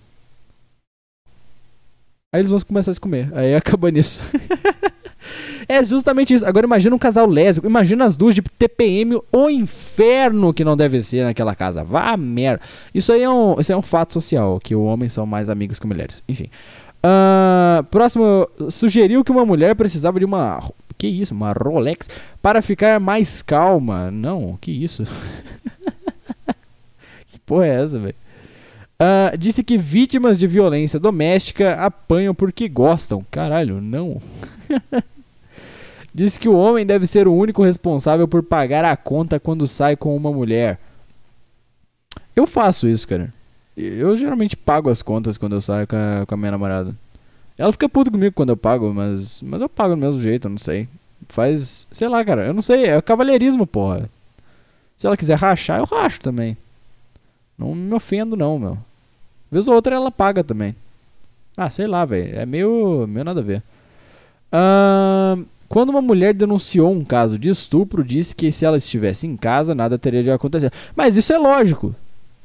[SPEAKER 2] Aí eles vão começar a se comer, aí acaba nisso. É justamente isso. Agora imagina um casal lésbico. Imagina as duas de T P M, o inferno que não deve ser naquela casa. Vá merda. Isso aí é um, isso é um fato social, que os homens são mais amigos que mulheres. Enfim. Uh, próximo. Sugeriu que uma mulher precisava de uma... Que isso? Uma Rolex para ficar mais calma. Não, que isso? Que porra é essa, velho? Uh, disse que vítimas de violência doméstica apanham porque gostam. Caralho, não. Diz que o homem deve ser o único responsável por pagar a conta quando sai com uma mulher. Eu faço isso, cara. Eu geralmente pago as contas quando eu saio com a, com a minha namorada. Ela fica puta comigo quando eu pago, mas, mas eu pago do mesmo jeito, eu não sei. Faz, sei lá, cara, eu não sei, é cavalheirismo, porra. Se ela quiser rachar, eu racho também. Não me ofendo não, meu. Vez ou outra ela paga também. Ah, sei lá, velho, é meio, meio nada a ver. Ahn... Uh... Quando uma mulher denunciou um caso de estupro, disse que se ela estivesse em casa, nada teria de acontecer. Mas isso é lógico.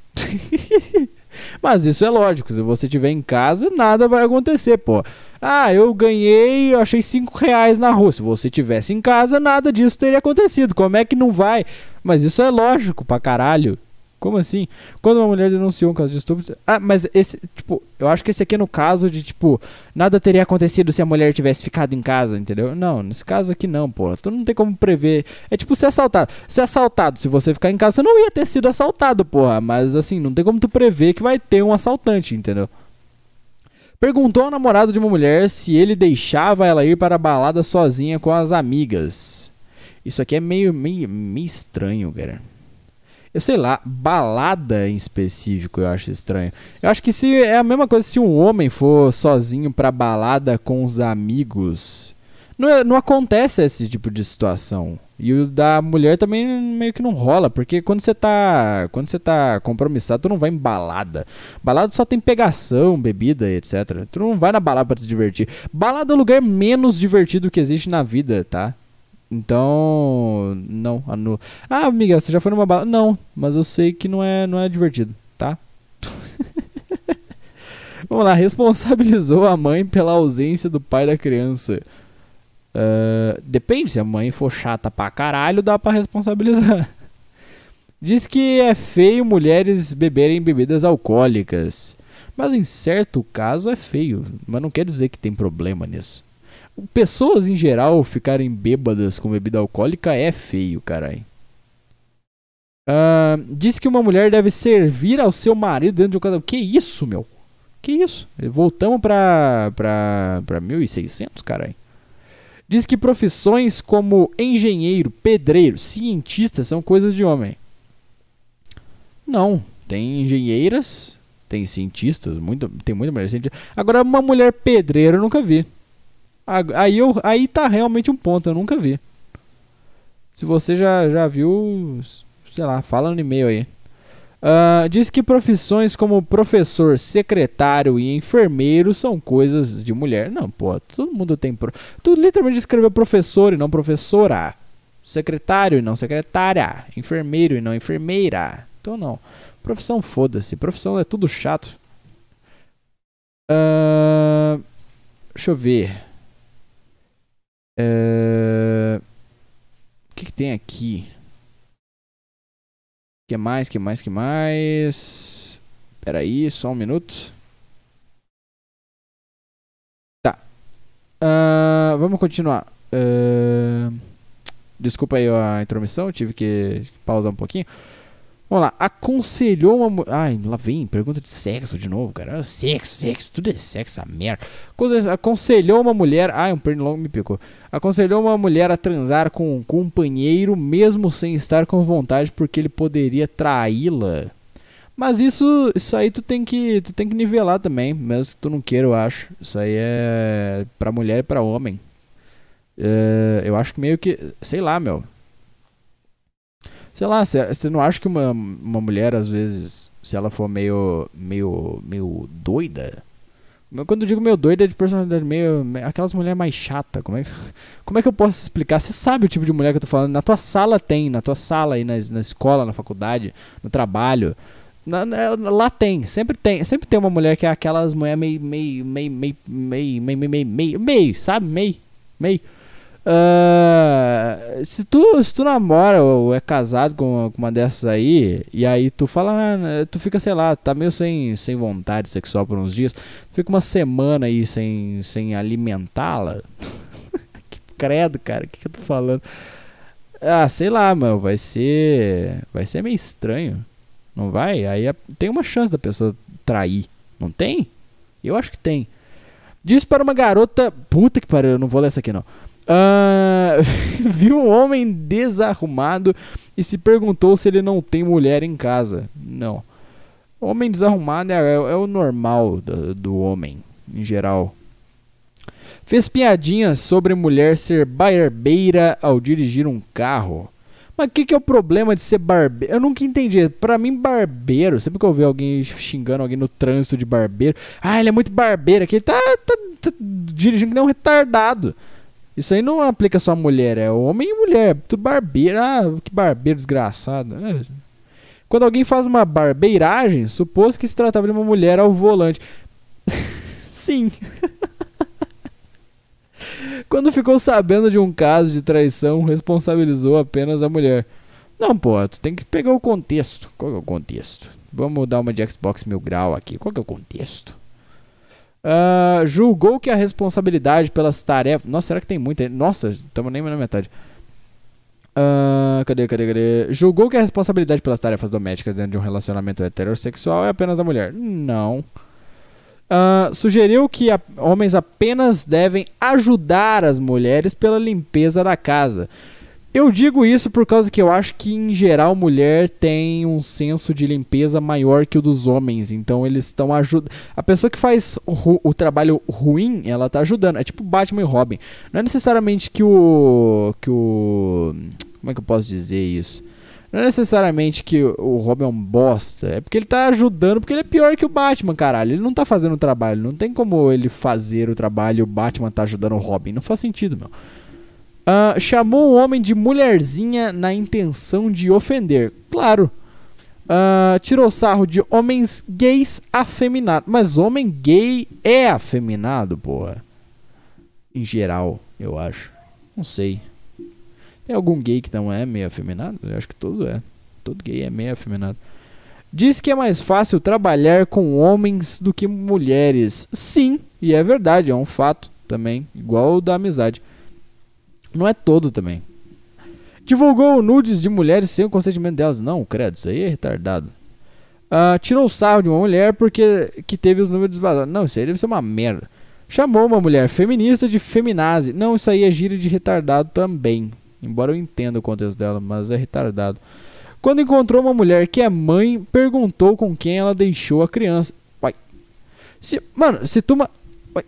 [SPEAKER 2] Mas isso é lógico. Se você estiver em casa, nada vai acontecer, pô. Ah, eu ganhei, eu achei cinco reais na rua. Se você estivesse em casa, nada disso teria acontecido. Como é que não vai? Mas isso é lógico pra caralho. Como assim? Quando uma mulher denunciou um caso de estupro... Ah, mas esse, tipo, eu acho que esse aqui é no caso de, tipo, nada teria acontecido se a mulher tivesse ficado em casa, entendeu? Não, nesse caso aqui não, pô. Tu não tem como prever. É tipo ser assaltado. Ser assaltado, se você ficar em casa, você não ia ter sido assaltado, porra. Mas, assim, não tem como tu prever que vai ter um assaltante, entendeu? Perguntou ao namorado de uma mulher se ele deixava ela ir para a balada sozinha com as amigas. Isso aqui é meio, meio, meio estranho, cara. Eu sei lá, balada em específico eu acho estranho. Eu acho que se é a mesma coisa se um homem for sozinho pra balada com os amigos. Não, é, não acontece esse tipo de situação. E o da mulher também meio que não rola. Porque quando você tá. Quando você tá compromissado, tu não vai em balada. Balada só tem pegação, bebida, etcétera. Tu não vai na balada pra se divertir. Balada é o lugar menos divertido que existe na vida, tá? Então, não, anula. Ah, Miguel, você já foi numa balada? Não, mas eu sei que não é, não é divertido, tá? Vamos lá, responsabilizou a mãe pela ausência do pai da criança. Uh, depende, se a mãe for chata pra caralho, dá pra responsabilizar. Diz que é feio mulheres beberem bebidas alcoólicas. Mas em certo caso é feio, mas não quer dizer que tem problema nisso. Pessoas em geral ficarem bêbadas com bebida alcoólica é feio, carai. Uh, diz que uma mulher deve servir ao seu marido dentro de um casamento. Que isso, meu? Que isso? Voltamos pra, pra, pra mil e seiscentos, carai. Diz que profissões como engenheiro, pedreiro, cientista são coisas de homem. Não, tem engenheiras, tem cientistas, muito, tem muita mulher cientista. Agora, uma mulher pedreira eu nunca vi. Aí, eu, aí tá realmente um ponto, eu nunca vi. Se você já, já viu, sei lá, fala no e-mail aí. Uh, diz que profissões como professor, secretário e enfermeiro são coisas de mulher. Não, pô, todo mundo tem... Pro... Tu literalmente escreveu professor e não professora. Secretário e não secretária. Enfermeiro e não enfermeira. Então não. Profissão, foda-se. Profissão é tudo chato. Uh, deixa eu ver. É... O que, que tem aqui? Que mais, que mais, que mais? Pera aí, só um minuto. Tá. Uh, vamos continuar. Uh... Desculpa aí a intromissão, tive que pausar um pouquinho. Vamos lá. Aconselhou uma mulher... Ai, lá vem, pergunta de sexo de novo, cara. Sexo, sexo, tudo é sexo, essa merda. Aconselhou uma mulher... Ai, um pernilongo me picou. Aconselhou uma mulher a transar com um companheiro mesmo sem estar com vontade porque ele poderia traí-la. Mas isso, isso aí tu tem que, tu tem que nivelar também, mesmo que tu não queira, eu acho. Isso aí é pra mulher e pra homem. Uh, eu acho que meio que... Sei lá, meu... Sei lá, você não acha que uma, uma mulher, às vezes, se ela for meio, meio, meio doida... Quando eu digo meio doida, é de personalidade meio... Aquelas mulheres mais chatas, como é, que, como é que eu posso explicar? Você sabe o tipo de mulher que eu tô falando? Na tua sala tem, na tua sala aí, na, na escola, na faculdade, no trabalho... Na, na, lá tem, sempre tem, sempre tem uma mulher que é aquelas mulheres meio, meio, meio, meio, meio, meio, meio, meio, meio, sabe? Meio, meio... Uh, se, tu, se tu namora ou é casado com, com uma dessas aí, e aí tu fala, ah, tu fica, sei lá, tá meio sem, sem vontade sexual por uns dias, fica uma semana aí sem, sem alimentá-la. Que credo, cara, o que, que eu tô falando? Ah, sei lá, mano, vai ser. Vai ser meio estranho. Não vai? Aí tem uma chance da pessoa trair. Não tem? Eu acho que tem. Diz para uma garota. Puta que pariu, eu não vou ler essa aqui não. Uh, viu um homem desarrumado e se perguntou se ele não tem mulher em casa. Não. Homem desarrumado é, é, é o normal do, do homem, em geral. Fez piadinhas sobre mulher ser barbeira ao dirigir um carro. Mas o que, que é o problema de ser barbeiro? Eu nunca entendi. Pra mim, barbeiro, sempre que eu vi alguém xingando alguém no trânsito de barbeiro, ah, ele é muito barbeiro aqui, ele tá, tá, tá dirigindo que nem um retardado. Isso aí não aplica só a mulher, é homem e mulher. Tu barbeiro, ah, que barbeiro desgraçado. É. Quando alguém faz uma barbeiragem, supôs que se tratava de uma mulher ao volante. Sim. Quando ficou sabendo de um caso de traição, responsabilizou apenas a mulher. Não, pô, tu tem que pegar o contexto. Qual que é o contexto? Vamos dar uma de Xbox Mil Grau aqui. Qual que é o contexto? Uh, julgou que a responsabilidade pelas tarefas... Nossa, será que tem muita? Nossa, estamos nem na metade. Uh, cadê, cadê, cadê? Julgou que a responsabilidade pelas tarefas domésticas dentro de um relacionamento heterossexual é apenas da mulher. Não. Uh, sugeriu que a, homens apenas devem ajudar as mulheres pela limpeza da casa. Eu digo isso por causa que eu acho que, em geral, mulher tem um senso de limpeza maior que o dos homens. Então, eles estão ajudando. A pessoa que faz ru- o trabalho ruim, ela tá ajudando. É tipo Batman e Robin. Não é necessariamente que o... que o... Como é que eu posso dizer isso? Não é necessariamente que o Robin é um bosta. É porque ele tá ajudando, porque ele é pior que o Batman, caralho. Ele não tá fazendo o trabalho. Não tem como ele fazer o trabalho e o Batman tá ajudando o Robin. Não faz sentido, meu. Uh, chamou o homem de mulherzinha na intenção de ofender. Claro. Uh, tirou sarro de homens gays afeminados. Mas homem gay é afeminado, porra. Em geral, eu acho. Não sei. Tem algum gay que não é meio afeminado? Eu acho que todo é. Todo gay é meio afeminado. Diz que é mais fácil trabalhar com homens do que mulheres. Sim, e é verdade, é um fato também. Igual o da amizade. Não é todo também. Divulgou nudes de mulheres sem o consentimento delas. Não, credo, isso aí é retardado. Uh, tirou o sarro de uma mulher porque que teve os números vazados. Não, isso aí deve ser uma merda. Chamou uma mulher feminista de feminazi. Não, isso aí é gíria de retardado também. Embora eu entenda o contexto dela, mas é retardado. Quando encontrou uma mulher que é mãe, perguntou com quem ela deixou a criança. Uai. Se, mano, se tu... Ma... Uai.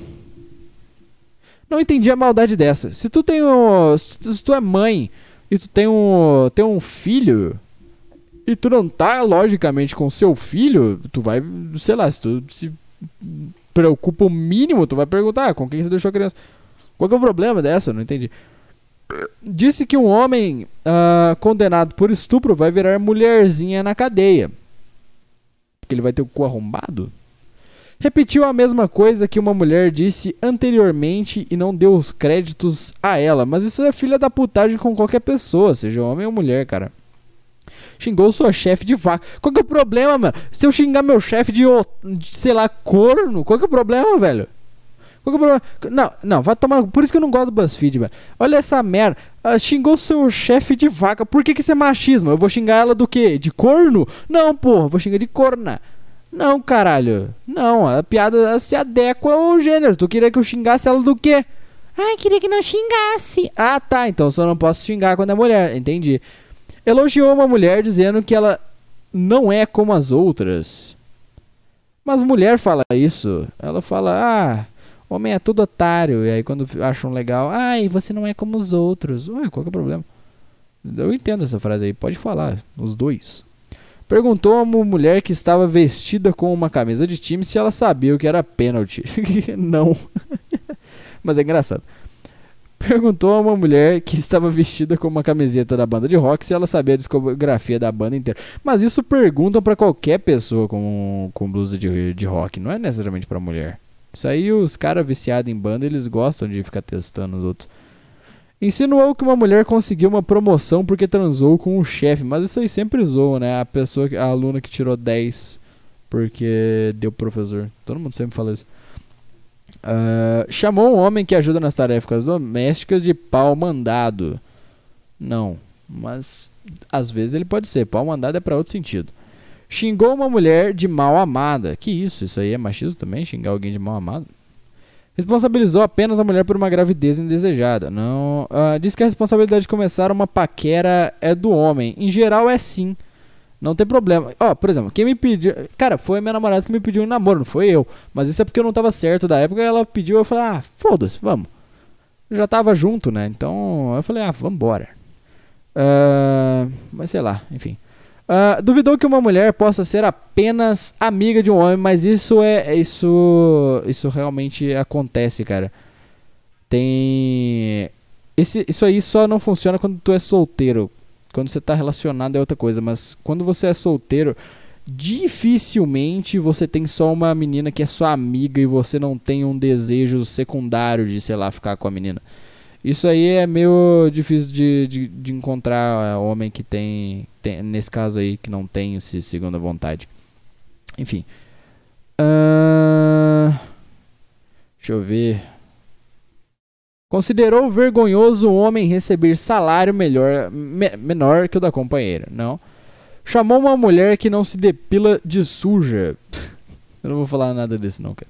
[SPEAKER 2] Não entendi a maldade dessa. Se tu tem um, se, tu, se tu é mãe e tu tem um, tem um filho e tu não tá logicamente com seu filho, tu vai, sei lá, se tu se preocupa o mínimo, tu vai perguntar ah, com quem você deixou a criança. Qual que é o problema dessa? Não entendi. Disse que um homem uh, condenado por estupro vai virar mulherzinha na cadeia. Porque ele vai ter o cu arrombado. Repetiu a mesma coisa que uma mulher disse anteriormente e não deu os créditos a ela. Mas isso é filha da putagem com qualquer pessoa, seja homem ou mulher, cara. Xingou sua chefe de vaca. Qual que é o problema, mano? Se eu xingar meu chefe de, de, sei lá, corno, qual que é o problema, velho? Qual que é o problema? Não, não, vai tomar... Por isso que eu não gosto do BuzzFeed, velho. Olha essa merda. Uh, xingou seu chefe de vaca. Por que que isso é machismo? Eu vou xingar ela do quê? De corno? Não, porra. Vou xingar de corna. Não, caralho. Não, a piada se adequa ao gênero. Tu queria que eu xingasse ela do quê? Ah, queria que não xingasse. Ah, tá. Então só não posso xingar quando é mulher. Entendi. Elogiou uma mulher dizendo que ela não é como as outras. Mas mulher fala isso. Ela fala, ah, homem é tudo otário. E aí quando acham legal, ai, você não é como os outros. Ué, qual que é o problema? Eu entendo essa frase aí, pode falar, os dois. Perguntou a uma mulher que estava vestida com uma camisa de time se ela sabia o que era pênalti. Não. Mas é engraçado. Perguntou a uma mulher que estava vestida com uma camiseta da banda de rock se ela sabia a discografia da banda inteira. Mas isso perguntam pra qualquer pessoa com, com blusa de, de rock, não é necessariamente pra mulher. Isso aí os caras viciados em banda, eles gostam de ficar testando os outros. Insinuou que uma mulher conseguiu uma promoção porque transou com o chefe, mas isso aí sempre zoa, né? A pessoa, a aluna que tirou dez porque deu professor. Todo mundo sempre fala isso. Uh, chamou um homem que ajuda nas tarefas domésticas de pau mandado. Não, mas às vezes ele pode ser. Pau mandado é pra outro sentido. Xingou uma mulher de mal amada. Que isso? Isso aí é machismo também? Xingar alguém de mal amado? Responsabilizou apenas a mulher por uma gravidez indesejada. Não. Uh, diz que a responsabilidade de começar uma paquera é do homem. Em geral é sim. Não tem problema. Ó, oh, por exemplo, quem me pediu... Cara, foi a minha namorada que me pediu um namoro, não foi eu. Mas isso é porque eu não tava certo da época. Ela pediu, eu falei, ah, foda-se, vamos. Eu já tava junto, né? Então, eu falei, ah, vambora. Uh, mas sei lá, enfim. Uh, duvidou que uma mulher possa ser apenas amiga de um homem, mas isso é... Isso, isso realmente acontece, cara. Tem... Esse, isso aí só não funciona quando tu é solteiro. Quando você tá relacionado é outra coisa, mas quando você é solteiro, dificilmente você tem só uma menina que é sua amiga e você não tem um desejo secundário de, sei lá, ficar com a menina. Isso aí é meio difícil de, de, de encontrar homem que tem, tem, nesse caso aí, que não tem esse segunda vontade. Enfim. Uh, deixa eu ver... Considerou vergonhoso o homem receber salário melhor, me, menor que o da companheira. Não. Chamou uma mulher que não se depila de suja. Eu não vou falar nada desse não, cara.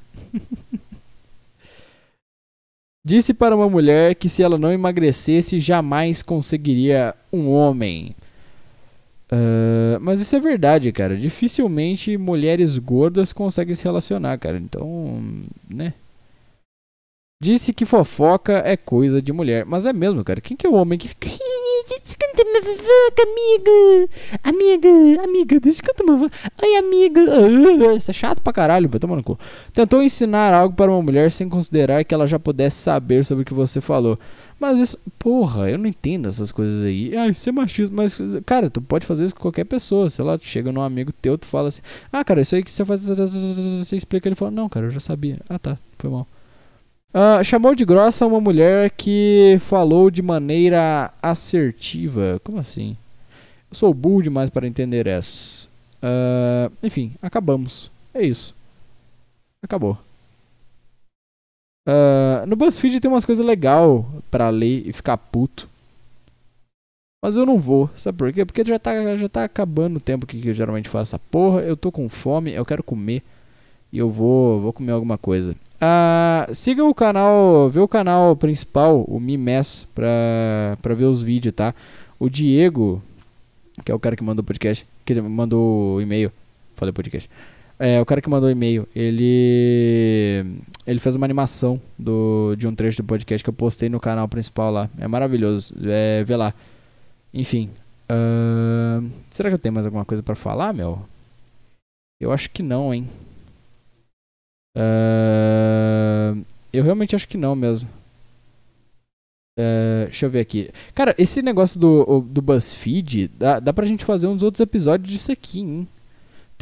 [SPEAKER 2] Disse para uma mulher que se ela não emagrecesse, jamais conseguiria um homem. Uh, mas isso é verdade, cara. Dificilmente mulheres gordas conseguem se relacionar, cara. Então, né? Disse que fofoca é coisa de mulher. Mas é mesmo, cara. Quem que é o homem que fica... Canta uma fofoca, amiga. Amiga, amiga, deixa eu cantar uma fofoca. Ai, amiga. Ah, isso é chato pra caralho, vai tomar no cu. Tentou ensinar algo para uma mulher sem considerar que ela já pudesse saber sobre o que você falou. Mas isso... Porra, eu não entendo essas coisas aí. Ah, isso é machismo. Mas, cara, tu pode fazer isso com qualquer pessoa. Sei lá, tu chega num amigo teu, tu fala assim... Ah, cara, isso aí que você faz... Você explica, ele fala... Não, cara, eu já sabia. Ah, tá, foi mal. Uh, chamou de grossa uma mulher que falou de maneira assertiva. Como assim? Eu sou burro demais para entender essa. Uh, enfim, acabamos. É isso. Acabou. Uh, no BuzzFeed tem umas coisas legais pra ler e ficar puto. Mas eu não vou. Sabe por quê? Porque já tá, já tá acabando o tempo que eu geralmente faço essa porra. Eu tô com fome, eu quero comer. E eu vou, vou comer alguma coisa. Uh, siga o canal, vê o canal principal, o Mimess, pra, pra ver os vídeos, tá? O Diego, que é o cara que mandou o podcast, que mandou o e-mail, falei podcast, é o cara que mandou o e-mail, ele ele fez uma animação do, de um trecho do podcast que eu postei no canal principal lá, é maravilhoso, é, vê lá. Enfim, uh, será que eu tenho mais alguma coisa pra falar, meu? Eu acho que não, hein? Uh, eu realmente acho que não mesmo. Uh, deixa eu ver aqui. Cara, esse negócio do, do BuzzFeed, dá, dá pra gente fazer uns outros episódios disso aqui, hein?